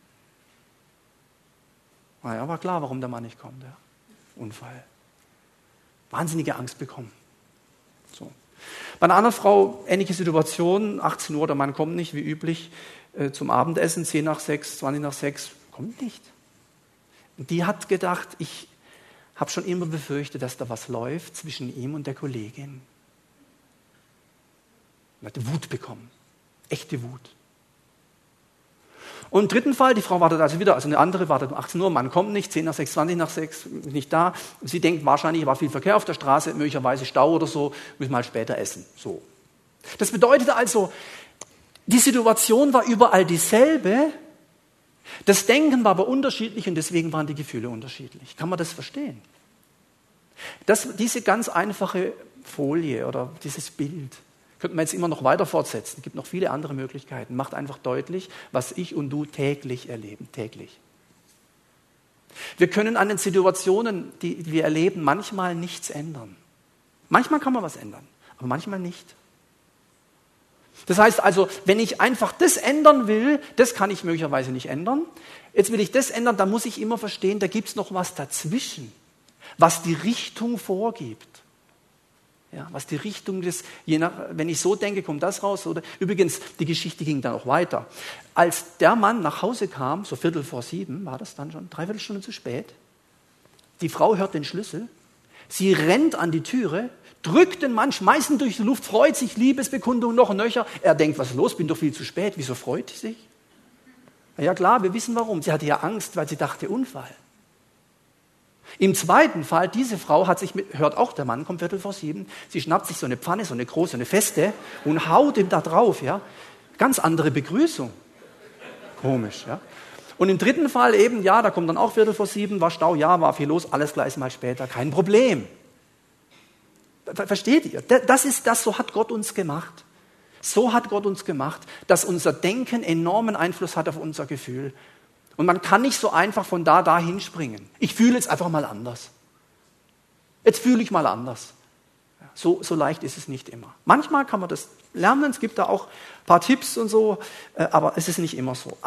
Naja, war klar, warum der Mann nicht kommt. Ja. Unfall. Wahnsinnige Angst bekommen. So. Bei einer anderen Frau, ähnliche Situation, 18 Uhr, der Mann kommt nicht, wie üblich, zum Abendessen, 10 nach 6, 20 nach 6, kommt nicht. Und die hat gedacht, ich habe schon immer befürchtet, dass da was läuft zwischen ihm und der Kollegin. Er hatte Wut bekommen, echte Wut. Und im dritten Fall, die Frau wartet also wieder, also eine andere wartet um 18 Uhr, Mann kommt nicht, 10 nach 6, 20 nach 6, nicht da. Und sie denkt wahrscheinlich, war viel Verkehr auf der Straße, möglicherweise Stau oder so, müssen wir halt später essen. So. Das bedeutet also, die Situation war überall dieselbe, das Denken war aber unterschiedlich und deswegen waren die Gefühle unterschiedlich. Kann man das verstehen? Diese ganz einfache Folie oder dieses Bild könnte man jetzt immer noch weiter fortsetzen. Es gibt noch viele andere Möglichkeiten. Macht einfach deutlich, was ich und du täglich erleben. Täglich. Wir können an den Situationen, die wir erleben, manchmal nichts ändern. Manchmal kann man was ändern, aber manchmal nicht. Das heißt also, wenn ich einfach das ändern will, das kann ich möglicherweise nicht ändern. Jetzt will ich das ändern, dann muss ich immer verstehen, da gibt es noch was dazwischen, was die Richtung vorgibt. Ja, was die Richtung des, wenn ich so denke, kommt das raus. Oder? Übrigens, die Geschichte ging dann auch weiter. Als der Mann nach Hause kam, so 6:45 war das dann schon, 3/4 Stunde zu spät, die Frau hört den Schlüssel, sie rennt an die Türe, drückt den Mann, schmeißt ihn durch die Luft, freut sich, Liebesbekundung noch und nöcher. Er denkt, was ist los, bin doch viel zu spät, wieso freut sie sich? Ja klar, wir wissen warum. Sie hatte ja Angst, weil sie dachte, Unfall. Im zweiten Fall, diese Frau hört auch der Mann, kommt 6:45, sie schnappt sich so eine Pfanne, so eine große, eine feste und haut ihm da drauf, ja. Ganz andere Begrüßung. Komisch, ja. Und im dritten Fall eben, ja, da kommt dann auch 6:45, war Stau, ja, war viel los, alles gleich mal später, kein Problem. Versteht ihr? Das ist das, so hat Gott uns gemacht. So hat Gott uns gemacht, dass unser Denken enormen Einfluss hat auf unser Gefühl. Und man kann nicht so einfach von da hinspringen. Ich fühle jetzt einfach mal anders. Jetzt fühle ich mal anders. So leicht ist es nicht immer. Manchmal kann man das lernen, es gibt da auch ein paar Tipps und so, aber es ist nicht immer so.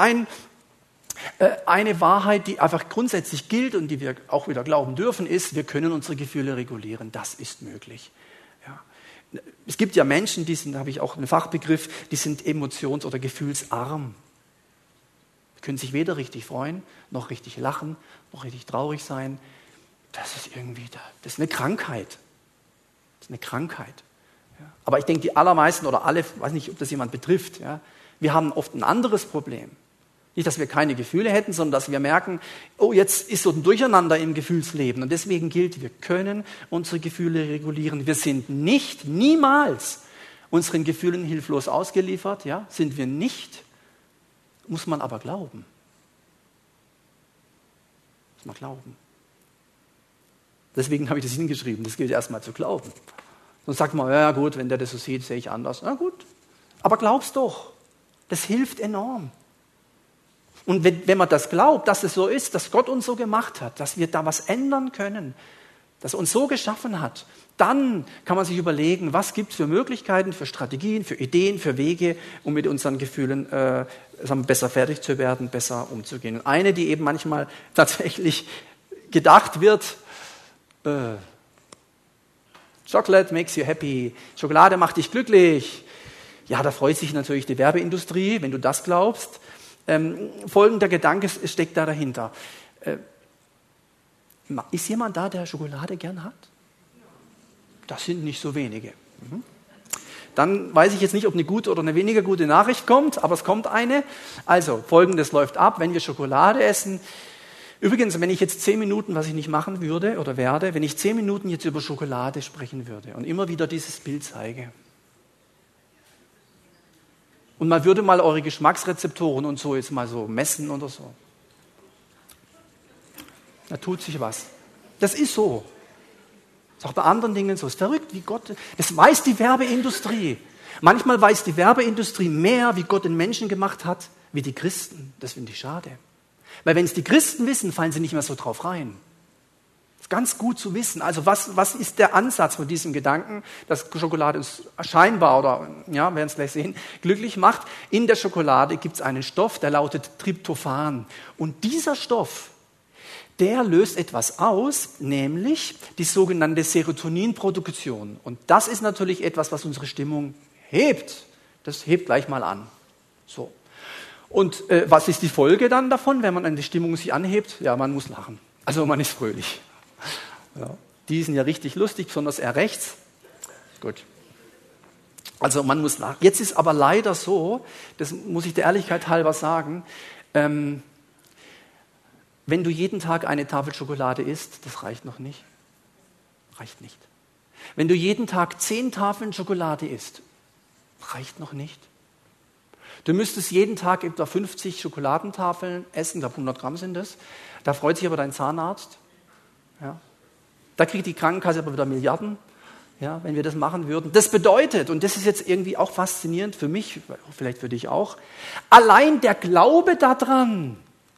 Eine Wahrheit, die einfach grundsätzlich gilt und die wir auch wieder glauben dürfen, ist, wir können unsere Gefühle regulieren. Das ist möglich. Ja. Es gibt ja Menschen, da habe ich auch einen Fachbegriff, die sind emotions- oder gefühlsarm. Können sich weder richtig freuen, noch richtig lachen, noch richtig traurig sein. Das ist das ist eine Krankheit. Das ist eine Krankheit. Ja. Aber ich denke, die allermeisten oder alle, ich weiß nicht, ob das jemand betrifft, ja, wir haben oft ein anderes Problem. Nicht, dass wir keine Gefühle hätten, sondern dass wir merken, oh, jetzt ist so ein Durcheinander im Gefühlsleben. Und deswegen gilt, wir können unsere Gefühle regulieren. Wir sind niemals unseren Gefühlen hilflos ausgeliefert. Ja, sind wir nicht. Muss man aber glauben. Muss man glauben. Deswegen habe ich das hingeschrieben. Das gilt erstmal zu glauben. Sonst sagt man, ja gut, wenn der das so sieht, sehe ich anders. Na gut, aber glaub's doch. Das hilft enorm. Und wenn man das glaubt, dass es so ist, dass Gott uns so gemacht hat, dass wir da was ändern können, dass er uns so geschaffen hat, dann kann man sich überlegen, was gibt es für Möglichkeiten, für Strategien, für Ideen, für Wege, um mit unseren Gefühlen besser fertig zu werden, besser umzugehen. Und eine, die eben manchmal tatsächlich gedacht wird, Chocolate makes you happy, Schokolade macht dich glücklich. Ja, da freut sich natürlich die Werbeindustrie, wenn du das glaubst. Folgender Gedanke steckt da dahinter. Ist jemand da, der Schokolade gern hat? Das sind nicht so wenige. Dann weiß ich jetzt nicht, ob eine gute oder eine weniger gute Nachricht kommt, aber es kommt eine. Also, Folgendes läuft ab, wenn wir Schokolade essen. Übrigens, wenn ich jetzt 10 Minuten, was ich nicht machen würde oder werde, wenn ich 10 Minuten jetzt über Schokolade sprechen würde und immer wieder dieses Bild zeige und man würde mal eure Geschmacksrezeptoren und so jetzt mal so messen oder so, da tut sich was. Das ist so. Das ist auch bei anderen Dingen so. Es ist verrückt, wie Gott, das weiß die Werbeindustrie. Manchmal weiß die Werbeindustrie mehr, wie Gott den Menschen gemacht hat, wie die Christen. Das finde ich schade. Weil wenn es die Christen wissen, fallen sie nicht mehr so drauf rein. Das ist ganz gut zu wissen. Also was ist der Ansatz von diesem Gedanken, dass Schokolade uns scheinbar, oder ja, wir werden es gleich sehen, glücklich macht? In der Schokolade gibt es einen Stoff, der lautet Tryptophan. Und dieser Stoff, der löst etwas aus, nämlich die sogenannte Serotoninproduktion. Und das ist natürlich etwas, was unsere Stimmung hebt. Das hebt gleich mal an. So. Und was ist die Folge dann davon, wenn man eine Stimmung sich anhebt? Ja, man muss lachen. Also man ist fröhlich. Ja. Die sind ja richtig lustig, besonders er rechts. Gut. Also man muss nach. Jetzt ist aber leider so, das muss ich der Ehrlichkeit halber sagen, wenn du jeden Tag eine Tafel Schokolade isst, das reicht noch nicht. Reicht nicht. Wenn du jeden Tag 10 Tafeln Schokolade isst, reicht noch nicht. Du müsstest jeden Tag etwa 50 Schokoladentafeln essen, ich glaube 100 Gramm sind das. Da freut sich aber dein Zahnarzt. Ja. Da kriegt die Krankenkasse aber wieder Milliarden, ja, wenn wir das machen würden. Das bedeutet, und das ist jetzt irgendwie auch faszinierend für mich, vielleicht für dich auch, allein der Glaube daran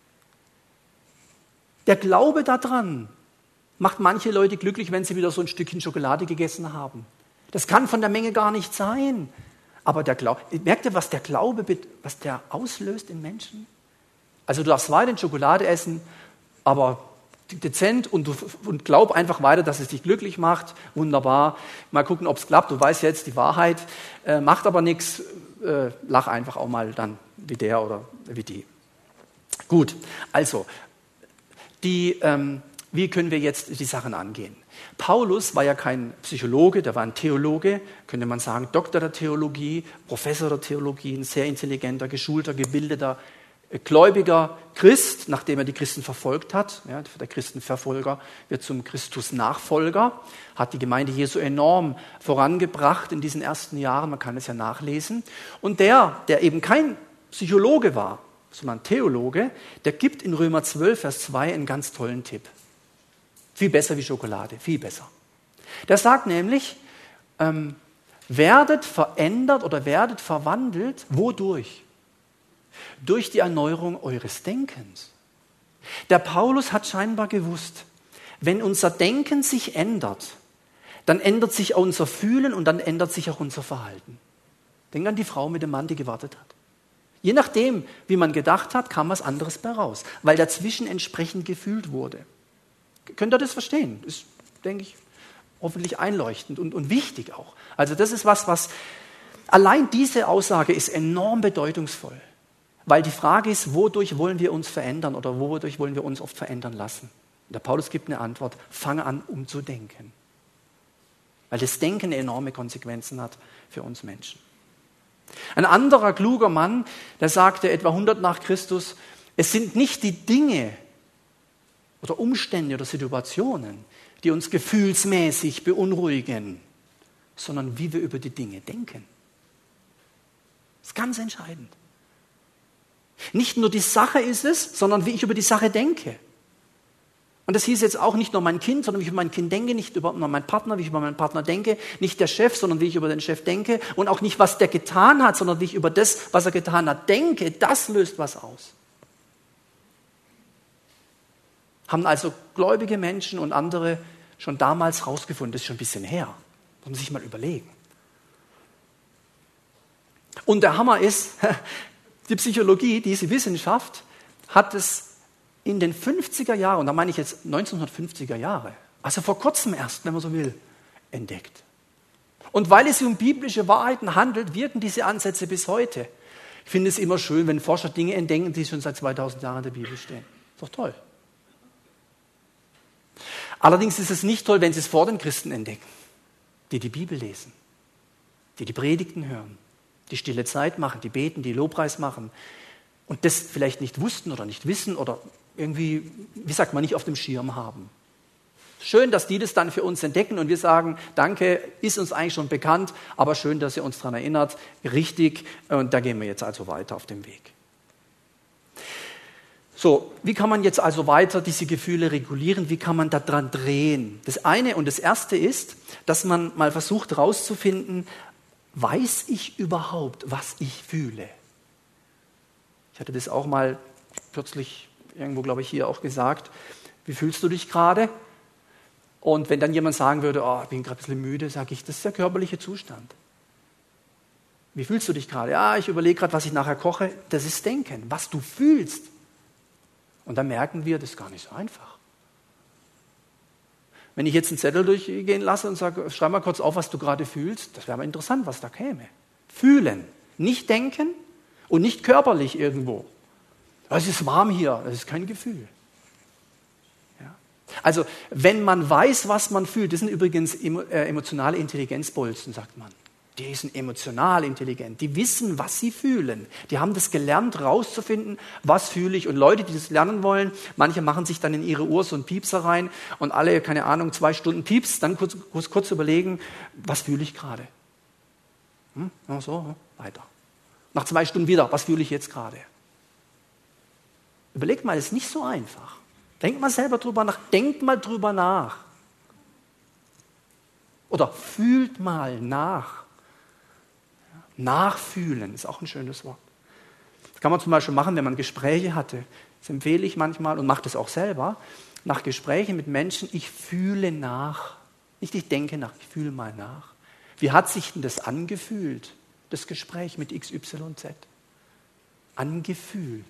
macht manche Leute glücklich, wenn sie wieder so ein Stückchen Schokolade gegessen haben. Das kann von der Menge gar nicht sein. Aber der Glaube, merkt ihr, was der Glaube, was der auslöst in Menschen? Also du darfst weiterhin Schokolade essen, aber dezent und glaub einfach weiter, dass es dich glücklich macht. Wunderbar. Mal gucken, ob es klappt. Du weißt jetzt die Wahrheit, macht aber nichts. Lach einfach auch mal dann wie der oder wie die. Gut, also wie können wir jetzt die Sachen angehen? Paulus war ja kein Psychologe, der war ein Theologe, könnte man sagen, Doktor der Theologie, Professor der Theologie, ein sehr intelligenter, geschulter, gebildeter, gläubiger Christ, nachdem er die Christen verfolgt hat. Ja, der Christenverfolger wird zum Christus-Nachfolger, hat die Gemeinde Jesu enorm vorangebracht in diesen ersten Jahren, man kann es ja nachlesen. Und der eben kein Psychologe war, sondern Theologe, der gibt in Römer 12, Vers 2 einen ganz tollen Tipp. Viel besser wie Schokolade, viel besser. Der sagt nämlich, werdet verändert oder werdet verwandelt, wodurch? Durch die Erneuerung eures Denkens. Der Paulus hat scheinbar gewusst, wenn unser Denken sich ändert, dann ändert sich auch unser Fühlen und dann ändert sich auch unser Verhalten. Denk an die Frau mit dem Mann, die gewartet hat. Je nachdem, wie man gedacht hat, kam was anderes bei raus, weil dazwischen entsprechend gefühlt wurde. Könnt ihr das verstehen? Ist, denke ich, hoffentlich einleuchtend und wichtig auch. Also das ist was allein diese Aussage ist enorm bedeutungsvoll. Weil die Frage ist, wodurch wollen wir uns verändern oder wodurch wollen wir uns oft verändern lassen? Und der Paulus gibt eine Antwort, fange an, umzudenken. Weil das Denken enorme Konsequenzen hat für uns Menschen. Ein anderer kluger Mann, der sagte etwa 100 nach Christus, es sind nicht die Dinge oder Umstände oder Situationen, die uns gefühlsmäßig beunruhigen, sondern wie wir über die Dinge denken. Das ist ganz entscheidend. Nicht nur die Sache ist es, sondern wie ich über die Sache denke. Und das hieß jetzt auch nicht nur mein Kind, sondern wie ich über mein Kind denke, nicht über meinen Partner, wie ich über meinen Partner denke, nicht der Chef, sondern wie ich über den Chef denke und auch nicht, was der getan hat, sondern wie ich über das, was er getan hat, denke, das löst was aus. Haben also gläubige Menschen und andere schon damals rausgefunden, das ist schon ein bisschen her. Muss man sich mal überlegen. Und der Hammer ist, die Psychologie, diese Wissenschaft, hat es in den 50er Jahren, und da meine ich jetzt 1950er Jahre, also vor kurzem erst, wenn man so will, entdeckt. Und weil es um biblische Wahrheiten handelt, wirken diese Ansätze bis heute. Ich finde es immer schön, wenn Forscher Dinge entdecken, die schon seit 2000 Jahren in der Bibel stehen. Ist doch toll. Allerdings ist es nicht toll, wenn sie es vor den Christen entdecken, die die Bibel lesen, die die Predigten hören, die stille Zeit machen, die beten, die Lobpreis machen und das vielleicht nicht wussten oder nicht wissen oder irgendwie, wie sagt man, nicht auf dem Schirm haben. Schön, dass die das dann für uns entdecken und wir sagen, danke, ist uns eigentlich schon bekannt, aber schön, dass ihr uns daran erinnert, richtig, und da gehen wir jetzt also weiter auf dem Weg. So, wie kann man jetzt also weiter diese Gefühle regulieren? Wie kann man da dran drehen? Das eine und das erste ist, dass man mal versucht herauszufinden, weiß ich überhaupt, was ich fühle? Ich hatte das auch mal kürzlich irgendwo, glaube ich, hier auch gesagt. Wie fühlst du dich gerade? Und wenn dann jemand sagen würde, oh, ich bin gerade ein bisschen müde, sage ich, das ist der körperliche Zustand. Wie fühlst du dich gerade? Ja, ich überlege gerade, was ich nachher koche. Das ist Denken, was du fühlst. Und dann merken wir, das ist gar nicht so einfach. Wenn ich jetzt einen Zettel durchgehen lasse und sage, schreib mal kurz auf, was du gerade fühlst, das wäre mal interessant, was da käme. Fühlen, nicht denken und nicht körperlich irgendwo. Es ist warm hier, das ist kein Gefühl. Ja. Also, wenn man weiß, was man fühlt, das sind übrigens emotionale Intelligenzbolzen, sagt man. Die sind emotional intelligent, die wissen, was sie fühlen. Die haben das gelernt, rauszufinden, was fühle ich. Und Leute, die das lernen wollen, manche machen sich dann in ihre Uhr so einen Piepser rein und alle, keine Ahnung, 2 Stunden Pieps, dann kurz überlegen, was fühle ich gerade. Weiter. Nach 2 Stunden wieder, was fühle ich jetzt gerade? Überlegt mal, das ist nicht so einfach. Denkt mal selber drüber nach, denkt mal drüber nach. Oder fühlt mal nach. Nachfühlen ist auch ein schönes Wort. Das kann man zum Beispiel machen, wenn man Gespräche hatte. Das empfehle ich manchmal und mache das auch selber. Nach Gesprächen mit Menschen, ich fühle nach. Nicht ich denke nach, ich fühle mal nach. Wie hat sich denn das angefühlt, das Gespräch mit XYZ? Angefühlt.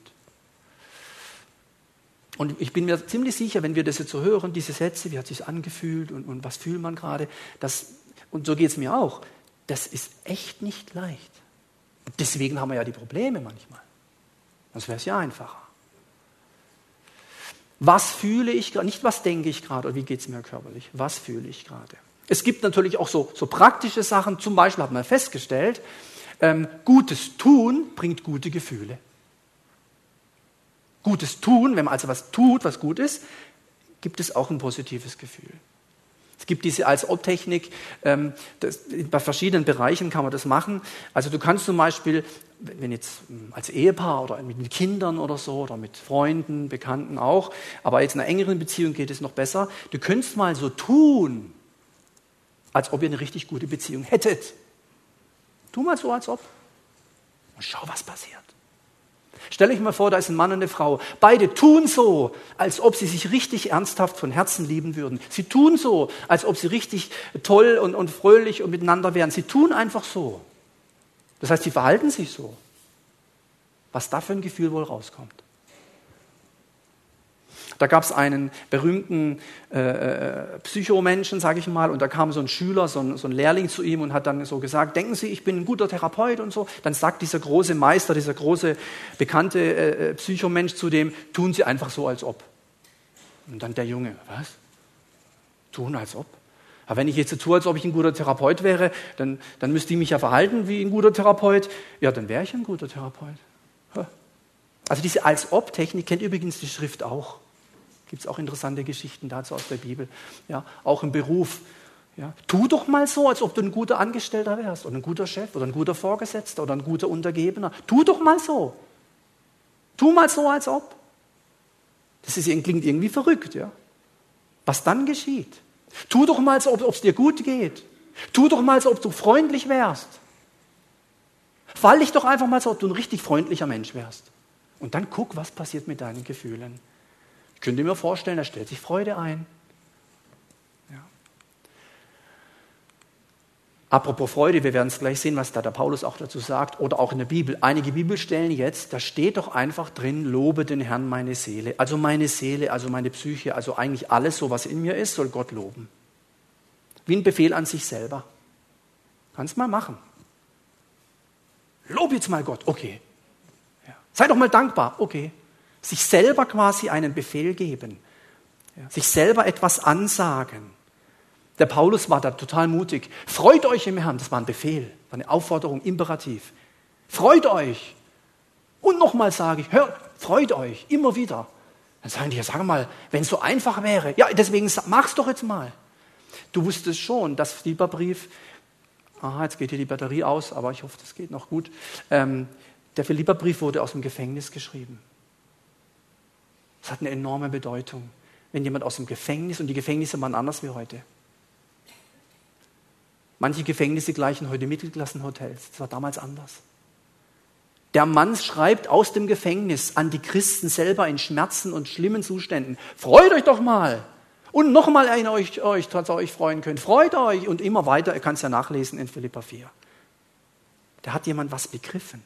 Und ich bin mir ziemlich sicher, wenn wir das jetzt so hören, diese Sätze, wie hat es sich angefühlt und was fühlt man gerade, und so geht es mir auch. Das ist echt nicht leicht. Deswegen haben wir ja die Probleme manchmal. Sonst wäre es ja einfacher. Was fühle ich gerade? Nicht, was denke ich gerade oder wie geht es mir körperlich? Was fühle ich gerade? Es gibt natürlich auch so praktische Sachen. Zum Beispiel hat man festgestellt, Gutes tun bringt gute Gefühle. Gutes tun, wenn man also was tut, was gut ist, gibt es auch ein positives Gefühl. Es gibt diese Als-Ob-Technik, bei verschiedenen Bereichen kann man das machen. Also du kannst zum Beispiel, wenn jetzt als Ehepaar oder mit Kindern oder so oder mit Freunden, Bekannten auch, aber jetzt in einer engeren Beziehung geht es noch besser, du könntest mal so tun, als ob ihr eine richtig gute Beziehung hättet. Tu mal so, als ob. Und schau, was passiert. Stell euch mal vor, da ist ein Mann und eine Frau. Beide tun so, als ob sie sich richtig ernsthaft von Herzen lieben würden. Sie tun so, als ob sie richtig toll und fröhlich und miteinander wären. Sie tun einfach so. Das heißt, sie verhalten sich so. Was da für ein Gefühl wohl rauskommt. Da gab es einen berühmten Psychomenschen, sage ich mal, und da kam so ein Schüler, so ein Lehrling zu ihm und hat dann so gesagt, denken Sie, ich bin ein guter Therapeut und so. Dann sagt dieser große Meister, dieser große bekannte Psychomensch zu dem, tun Sie einfach so, als ob. Und dann der Junge, was? Tun als ob? Aber wenn ich jetzt so tue, als ob ich ein guter Therapeut wäre, dann müsste ich mich ja verhalten wie ein guter Therapeut. Ja, dann wäre ich ein guter Therapeut. Also diese Als-Ob-Technik kennt übrigens die Schrift auch. Gibt es auch interessante Geschichten dazu aus der Bibel. Ja, auch im Beruf. Ja, tu doch mal so, als ob du ein guter Angestellter wärst oder ein guter Chef oder ein guter Vorgesetzter oder ein guter Untergebener. Tu doch mal so. Tu mal so, als ob. Das klingt irgendwie verrückt. Ja? Was dann geschieht? Tu doch mal so, ob es dir gut geht. Tu doch mal so, ob du freundlich wärst. Fall dich doch einfach mal so, ob du ein richtig freundlicher Mensch wärst. Und dann guck, was passiert mit deinen Gefühlen. Ich könnte mir vorstellen, da stellt sich Freude ein. Ja. Apropos Freude, wir werden es gleich sehen, was da der Paulus auch dazu sagt, oder auch in der Bibel. Einige Bibelstellen jetzt, da steht doch einfach drin, lobe den Herrn meine Seele. Also meine Seele, also meine Psyche, also eigentlich alles, so was in mir ist, soll Gott loben. Wie ein Befehl an sich selber. Kannst mal machen. Lob jetzt mal Gott, okay. Ja. Sei doch mal dankbar, okay. Sich selber quasi einen Befehl geben. Ja. Sich selber etwas ansagen. Der Paulus war da total mutig. Freut euch im Herrn, das war ein Befehl, war eine Aufforderung, Imperativ. Freut euch. Und nochmal sage ich, freut euch, immer wieder. Dann sagen die, ja, sag mal, wenn es so einfach wäre. Ja, deswegen mach's doch jetzt mal. Du wusstest schon, dass Philipperbrief, jetzt geht hier die Batterie aus, aber ich hoffe, das geht noch gut. Der Philipperbrief wurde aus dem Gefängnis geschrieben. Das hat eine enorme Bedeutung, wenn jemand aus dem Gefängnis, und die Gefängnisse waren anders wie heute. Manche Gefängnisse gleichen heute Mittelklassenhotels. Das war damals anders. Der Mann schreibt aus dem Gefängnis an die Christen selber in Schmerzen und schlimmen Zuständen. Freut euch doch mal. Und nochmal erinnert euch, dass ihr euch freuen könnt. Freut euch. Und immer weiter, ihr könnt es ja nachlesen in Philipper 4. Da hat jemand was begriffen.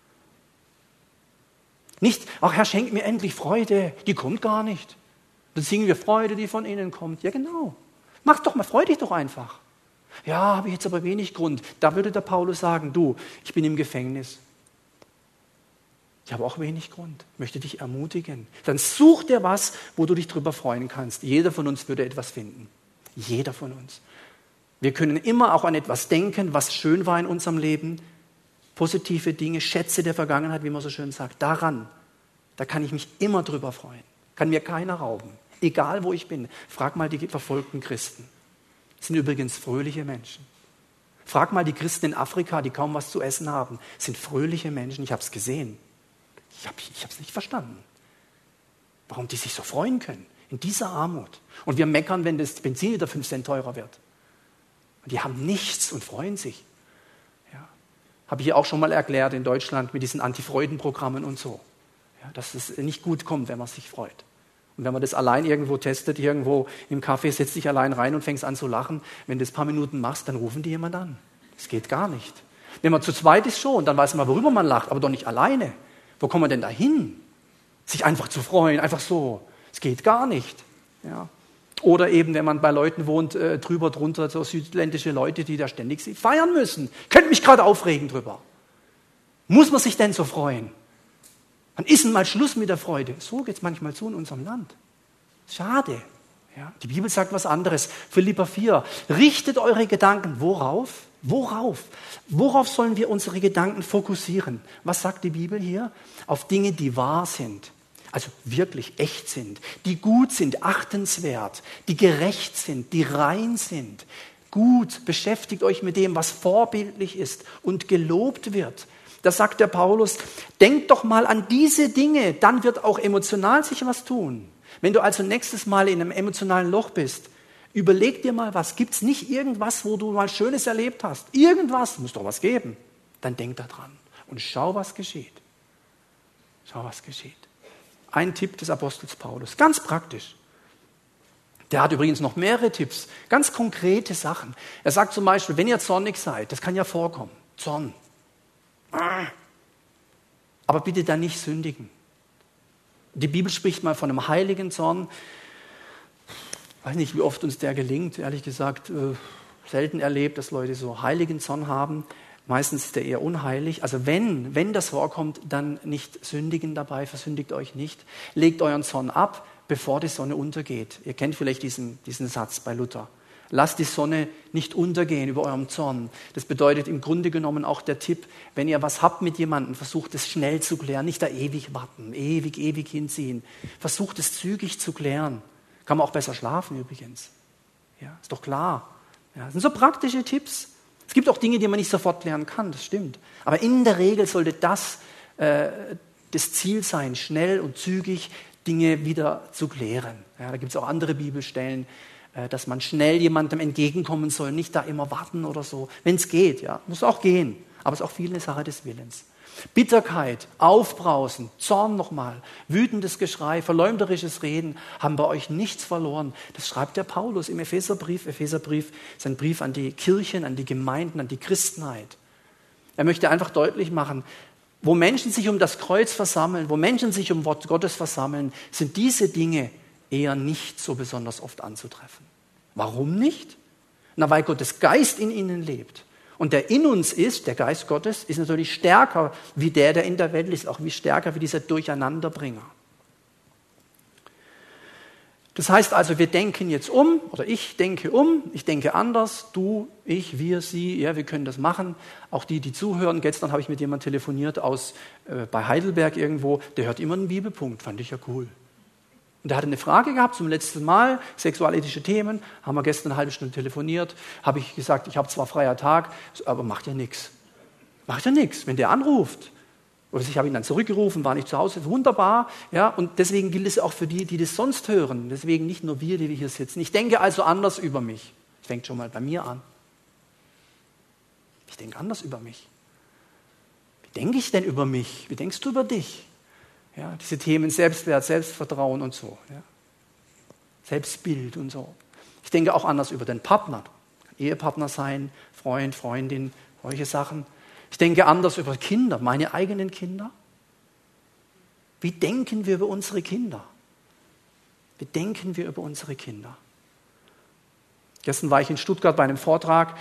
Nicht, ach Herr, schenk mir endlich Freude. Die kommt gar nicht. Dann singen wir Freude, die von innen kommt. Ja genau. Mach doch mal, freu dich doch einfach. Ja, habe ich jetzt aber wenig Grund. Da würde der Paulus sagen, du, ich bin im Gefängnis. Ich habe auch wenig Grund. Ich möchte dich ermutigen. Dann such dir was, wo du dich drüber freuen kannst. Jeder von uns würde etwas finden. Jeder von uns. Wir können immer auch an etwas denken, was schön war in unserem Leben. Positive Dinge, Schätze der Vergangenheit, wie man so schön sagt. Daran, da kann ich mich immer drüber freuen. Kann mir keiner rauben. Egal, wo ich bin. Frag mal die verfolgten Christen. Das sind übrigens fröhliche Menschen. Frag mal die Christen in Afrika, die kaum was zu essen haben. Das sind fröhliche Menschen. Ich habe es gesehen. Ich habe es nicht verstanden. Warum die sich so freuen können. In dieser Armut. Und wir meckern, wenn das Benzin wieder 5 Cent teurer wird. Und die haben nichts und freuen sich. Ja. Habe ich ja auch schon mal erklärt in Deutschland mit diesen Anti-Freuden-Programmen und so. Ja, dass es nicht gut kommt, wenn man sich freut. Und wenn man das allein irgendwo testet, irgendwo im Café, setzt dich allein rein und fängst an zu lachen. Wenn du das ein paar Minuten machst, dann rufen die jemand an. Das geht gar nicht. Wenn man zu zweit ist schon, dann weiß man, worüber man lacht, aber doch nicht alleine. Wo kommt man denn da hin? Sich einfach zu freuen, einfach so. Es geht gar nicht. Ja. Oder eben, wenn man bei Leuten wohnt, drüber, drunter, so südländische Leute, die da ständig feiern müssen. Ich könnte mich gerade aufregen drüber. Muss man sich denn so freuen? Wann ist denn mal Schluss mit der Freude? So geht es manchmal zu in unserem Land. Schade. Ja. Die Bibel sagt was anderes. Philipper 4. Richtet eure Gedanken. Worauf? Worauf? Worauf sollen wir unsere Gedanken fokussieren? Was sagt die Bibel hier? Auf Dinge, die wahr sind. Also wirklich echt sind, die gut sind, achtenswert, die gerecht sind, die rein sind. Gut, beschäftigt euch mit dem, was vorbildlich ist und gelobt wird. Da sagt der Paulus, denkt doch mal an diese Dinge, dann wird auch emotional sich was tun. Wenn du also nächstes Mal in einem emotionalen Loch bist, überleg dir mal was. Gibt es nicht irgendwas, wo du mal Schönes erlebt hast? Irgendwas, muss doch was geben. Dann denk da dran und schau, was geschieht. Schau, was geschieht. Ein Tipp des Apostels Paulus, ganz praktisch. Der hat übrigens noch mehrere Tipps, ganz konkrete Sachen. Er sagt zum Beispiel, wenn ihr zornig seid, das kann ja vorkommen, Zorn. Aber bitte dann nicht sündigen. Die Bibel spricht mal von einem heiligen Zorn. Ich weiß nicht, wie oft uns der gelingt, ehrlich gesagt, selten erlebt, dass Leute so heiligen Zorn haben. Meistens ist der eher unheilig. Also wenn das vorkommt, dann nicht sündigen dabei, versündigt euch nicht. Legt euren Zorn ab, bevor die Sonne untergeht. Ihr kennt vielleicht diesen Satz bei Luther. Lasst die Sonne nicht untergehen über eurem Zorn. Das bedeutet im Grunde genommen auch der Tipp, wenn ihr was habt mit jemandem, versucht es schnell zu klären, nicht da ewig warten, ewig hinziehen. Versucht es zügig zu klären. Kann man auch besser schlafen übrigens. Ja, ist doch klar. Ja, das sind so praktische Tipps. Es gibt auch Dinge, die man nicht sofort klären kann, das stimmt. Aber in der Regel sollte das Ziel sein, schnell und zügig Dinge wieder zu klären. Ja, da gibt es auch andere Bibelstellen, dass man schnell jemandem entgegenkommen soll, nicht da immer warten oder so. Wenn es geht, ja, muss auch gehen. Aber es ist auch viel eine Sache des Willens. Bitterkeit, Aufbrausen, Zorn nochmal, wütendes Geschrei, verleumderisches Reden haben bei euch nichts verloren. Das schreibt der Paulus im Epheserbrief. Epheserbrief ist ein Brief an die Kirchen, an die Gemeinden, an die Christenheit. Er möchte einfach deutlich machen, wo Menschen sich um das Kreuz versammeln, wo Menschen sich um Wort Gottes versammeln, sind diese Dinge eher nicht so besonders oft anzutreffen. Warum nicht? Na, weil Gottes Geist in ihnen lebt. Und der in uns ist, der Geist Gottes, ist natürlich stärker wie der in der Welt ist, auch wie stärker wie dieser Durcheinanderbringer. Das heißt also, wir denken jetzt um, oder ich denke anders, du, ich, wir, sie, ja, wir können das machen. Auch die zuhören. Gestern habe ich mit jemandem telefoniert bei Heidelberg irgendwo, der hört immer einen Bibelpunkt, fand ich ja cool. Und der hatte eine Frage gehabt zum letzten Mal, sexualethische Themen, haben wir gestern eine halbe Stunde telefoniert, habe ich gesagt, ich habe zwar freier Tag, aber macht ja nichts. Macht ja nichts, wenn der anruft. Oder ich habe ihn dann zurückgerufen, war nicht zu Hause, wunderbar. Ja, und deswegen gilt es auch für die das sonst hören. Deswegen nicht nur wir, die wir hier sitzen. Ich denke also anders über mich. Das fängt schon mal bei mir an. Ich denke anders über mich. Wie denke ich denn über mich? Wie denkst du über dich? Ja, diese Themen Selbstwert, Selbstvertrauen und so. Ja. Selbstbild und so. Ich denke auch anders über den Partner. Kann Ehepartner sein, Freund, Freundin, solche Sachen. Ich denke anders über Kinder, meine eigenen Kinder. Wie denken wir über unsere Kinder? Wie denken wir über unsere Kinder? Gestern war ich in Stuttgart bei einem Vortrag,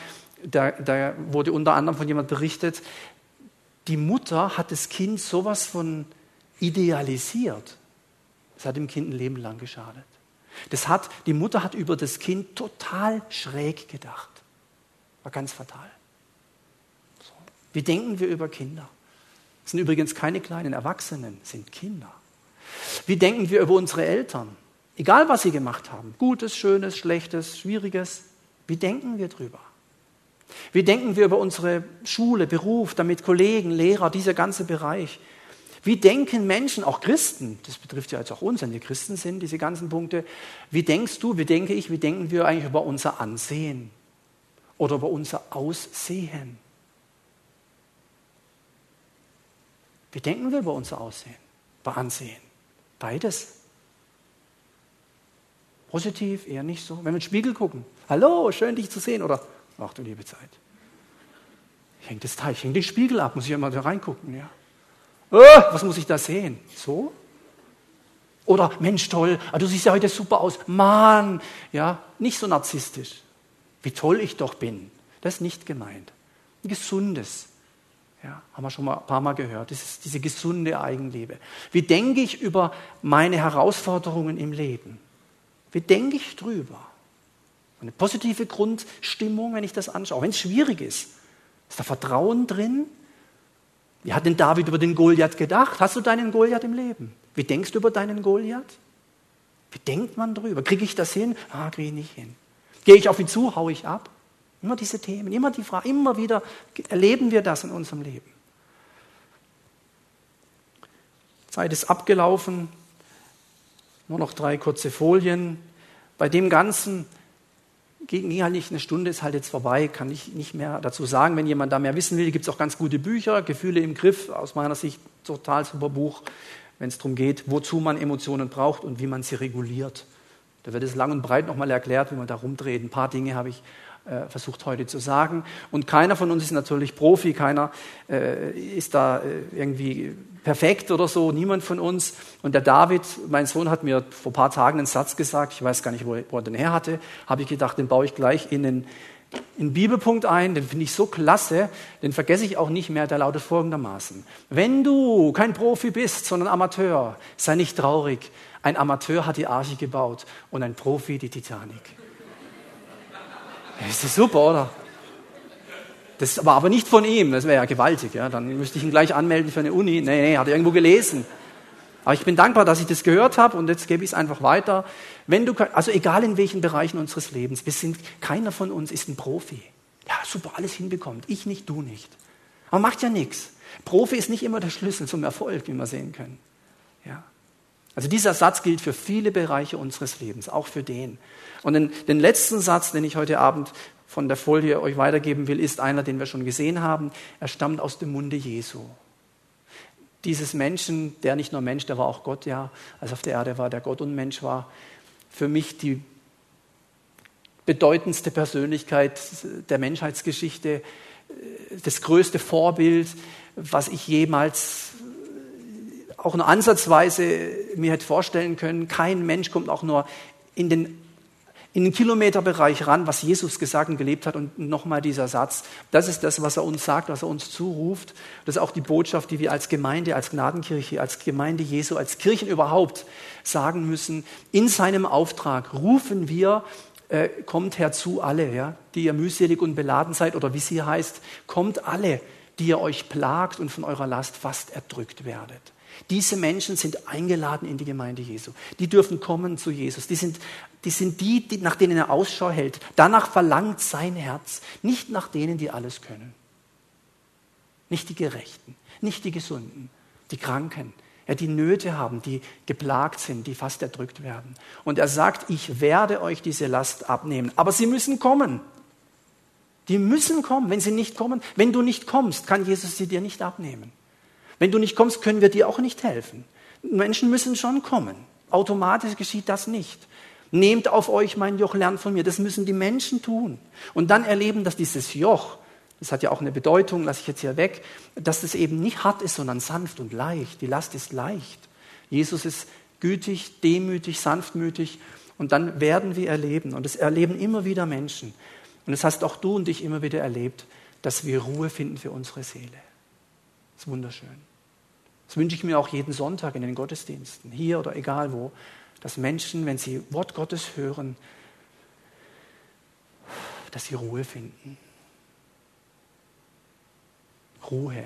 da wurde unter anderem von jemandem berichtet, die Mutter hat das Kind sowas von idealisiert, das hat dem Kind ein Leben lang geschadet. Die Mutter hat über das Kind total schräg gedacht. War ganz fatal. So. Wie denken wir über Kinder? Das sind übrigens keine kleinen Erwachsenen, das sind Kinder. Wie denken wir über unsere Eltern? Egal, was sie gemacht haben. Gutes, Schönes, Schlechtes, Schwieriges. Wie denken wir drüber? Wie denken wir über unsere Schule, Beruf, damit Kollegen, Lehrer, dieser ganze Bereich? Wie denken Menschen, auch Christen, das betrifft ja jetzt auch uns, wenn wir Christen sind, diese ganzen Punkte. Wie denkst du, wie denke ich, wie denken wir eigentlich über unser Ansehen oder über unser Aussehen? Wie denken wir über unser Aussehen, über Ansehen? Beides. Positiv, eher nicht so. Wenn wir in den Spiegel gucken, hallo, schön dich zu sehen, oder ach du liebe Zeit. Ich hänge den Spiegel ab, muss ich ja mal da reingucken, ja. Was muss ich da sehen? So? Oder, Mensch, toll, du siehst ja heute super aus. Mann, ja, nicht so narzisstisch. Wie toll ich doch bin. Das ist nicht gemeint. Ein gesundes, ja, haben wir schon mal ein paar Mal gehört. Das ist diese gesunde Eigenliebe. Wie denke ich über meine Herausforderungen im Leben? Wie denke ich drüber? Eine positive Grundstimmung, wenn ich das anschaue, auch wenn es schwierig ist. Ist da Vertrauen drin? Wie hat denn David über den Goliath gedacht? Hast du deinen Goliath im Leben? Wie denkst du über deinen Goliath? Wie denkt man drüber? Kriege ich das hin? Kriege ich nicht hin. Gehe ich auf ihn zu? Haue ich ab? Immer diese Themen, immer die Frage, immer wieder erleben wir das in unserem Leben. Zeit ist abgelaufen. Nur noch 3 kurze Folien. Bei dem Ganzen ging halt nicht, eine Stunde ist halt jetzt vorbei, kann ich nicht mehr dazu sagen. Wenn jemand da mehr wissen will, gibt es auch ganz gute Bücher, Gefühle im Griff, aus meiner Sicht total super Buch, wenn es darum geht, wozu man Emotionen braucht und wie man sie reguliert. Da wird es lang und breit nochmal erklärt, wie man da rumdreht. Ein paar Dinge habe ich versucht heute zu sagen. Und keiner von uns ist natürlich Profi, keiner ist da irgendwie perfekt oder so, niemand von uns. Und der David, mein Sohn, hat mir vor ein paar Tagen einen Satz gesagt, ich weiß gar nicht, wo er den her hatte, habe ich gedacht, den baue ich gleich in einen Bibelpunkt ein, den finde ich so klasse, den vergesse ich auch nicht mehr, der lautet folgendermaßen: Wenn du kein Profi bist, sondern Amateur, sei nicht traurig, ein Amateur hat die Arche gebaut und ein Profi die Titanic. Das ist super, oder? Das war aber nicht von ihm, das wäre ja gewaltig. Ja? Dann müsste ich ihn gleich anmelden für eine Uni. Nee, hat er irgendwo gelesen. Aber ich bin dankbar, dass ich das gehört habe und jetzt gebe ich es einfach weiter. Also egal in welchen Bereichen unseres Lebens, keiner von uns ist ein Profi. Ja, super, alles hinbekommt. Ich nicht, du nicht. Aber macht ja nichts. Profi ist nicht immer der Schlüssel zum Erfolg, wie wir sehen können. Ja. Also dieser Satz gilt für viele Bereiche unseres Lebens, auch für den. Und den letzten Satz, den ich heute Abend von der Folie euch weitergeben will, ist einer, den wir schon gesehen haben. Er stammt aus dem Munde Jesu. Dieses Menschen, der nicht nur Mensch, der war auch Gott, ja, als auf der Erde war, der Gott und Mensch war, für mich die bedeutendste Persönlichkeit der Menschheitsgeschichte, das größte Vorbild, was ich jemals auch nur ansatzweise mir hätte vorstellen können. Kein Mensch kommt auch nur in den Kilometerbereich ran, was Jesus gesagt und gelebt hat. Und nochmal dieser Satz, das ist das, was er uns sagt, was er uns zuruft. Das ist auch die Botschaft, die wir als Gemeinde, als Gnadenkirche, als Gemeinde Jesu, als Kirchen überhaupt sagen müssen. In seinem Auftrag rufen wir, kommt herzu alle, ja, die ihr mühselig und beladen seid, oder wie es hier heißt, kommt alle, die ihr euch plagt und von eurer Last fast erdrückt werdet. Diese Menschen sind eingeladen in die Gemeinde Jesu. Die dürfen kommen zu Jesus. Die sind die, nach denen er Ausschau hält. Danach verlangt sein Herz, nicht nach denen, die alles können. Nicht die Gerechten, nicht die Gesunden, die Kranken, ja, die Nöte haben, die geplagt sind, die fast erdrückt werden. Und er sagt, ich werde euch diese Last abnehmen. Aber sie müssen kommen. Die müssen kommen. Wenn sie nicht kommen, wenn du nicht kommst, kann Jesus sie dir nicht abnehmen. Wenn du nicht kommst, können wir dir auch nicht helfen. Menschen müssen schon kommen. Automatisch geschieht das nicht. Nehmt auf euch mein Joch, lernt von mir. Das müssen die Menschen tun. Und dann erleben, dass dieses Joch, das hat ja auch eine Bedeutung, lasse ich jetzt hier weg, dass das eben nicht hart ist, sondern sanft und leicht. Die Last ist leicht. Jesus ist gütig, demütig, sanftmütig. Und dann werden wir erleben, und das erleben immer wieder Menschen. Und das hast auch du und ich immer wieder erlebt, dass wir Ruhe finden für unsere Seele. Das ist wunderschön. Das wünsche ich mir auch jeden Sonntag in den Gottesdiensten, hier oder egal wo, dass Menschen, wenn sie Wort Gottes hören, dass sie Ruhe finden. Ruhe.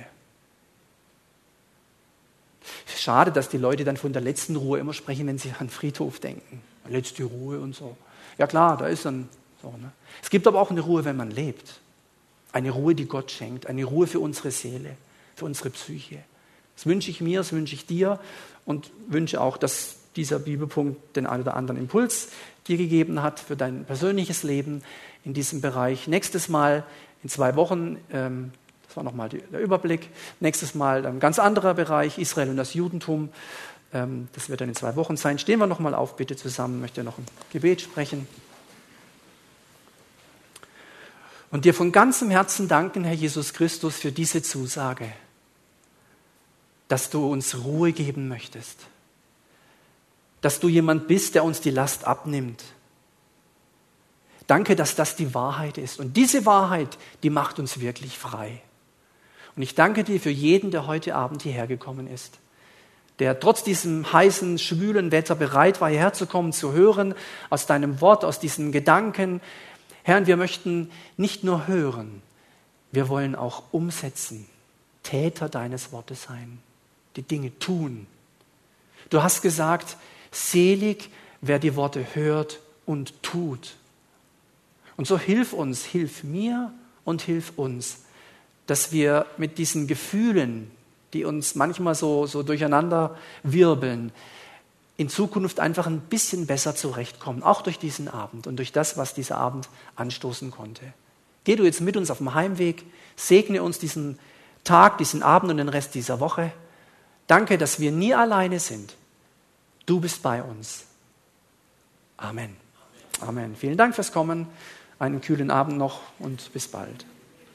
Schade, dass die Leute dann von der letzten Ruhe immer sprechen, wenn sie an Friedhof denken. Letzte Ruhe und so. Ja klar, da ist dann so. Ne? Es gibt aber auch eine Ruhe, wenn man lebt. Eine Ruhe, die Gott schenkt. Eine Ruhe für unsere Seele, für unsere Psyche. Das wünsche ich mir, das wünsche ich dir und wünsche auch, dass dieser Bibelpunkt den einen oder anderen Impuls dir gegeben hat für dein persönliches Leben in diesem Bereich. Nächstes Mal, in 2 Wochen, das war nochmal der Überblick, nächstes Mal ein ganz anderer Bereich, Israel und das Judentum. Das wird dann in 2 Wochen sein. Stehen wir nochmal auf, bitte zusammen, ich möchte noch ein Gebet sprechen. Und dir von ganzem Herzen danken, Herr Jesus Christus, für diese Zusage, dass du uns Ruhe geben möchtest, dass du jemand bist, der uns die Last abnimmt. Danke, dass das die Wahrheit ist. Und diese Wahrheit, die macht uns wirklich frei. Und ich danke dir für jeden, der heute Abend hierher gekommen ist, der trotz diesem heißen, schwülen Wetter bereit war, hierher zu kommen, zu hören, aus deinem Wort, aus diesen Gedanken. Herr, wir möchten nicht nur hören, wir wollen auch umsetzen, Täter deines Wortes sein, die Dinge tun. Du hast gesagt, selig, wer die Worte hört und tut. Und so hilf uns, hilf mir und hilf uns, dass wir mit diesen Gefühlen, die uns manchmal so durcheinander wirbeln, in Zukunft einfach ein bisschen besser zurechtkommen, auch durch diesen Abend und durch das, was dieser Abend anstoßen konnte. Geh du jetzt mit uns auf dem Heimweg, segne uns diesen Tag, diesen Abend und den Rest dieser Woche. Danke, dass wir nie alleine sind. Du bist bei uns. Amen. Amen. Vielen Dank fürs Kommen. Einen kühlen Abend noch und bis bald.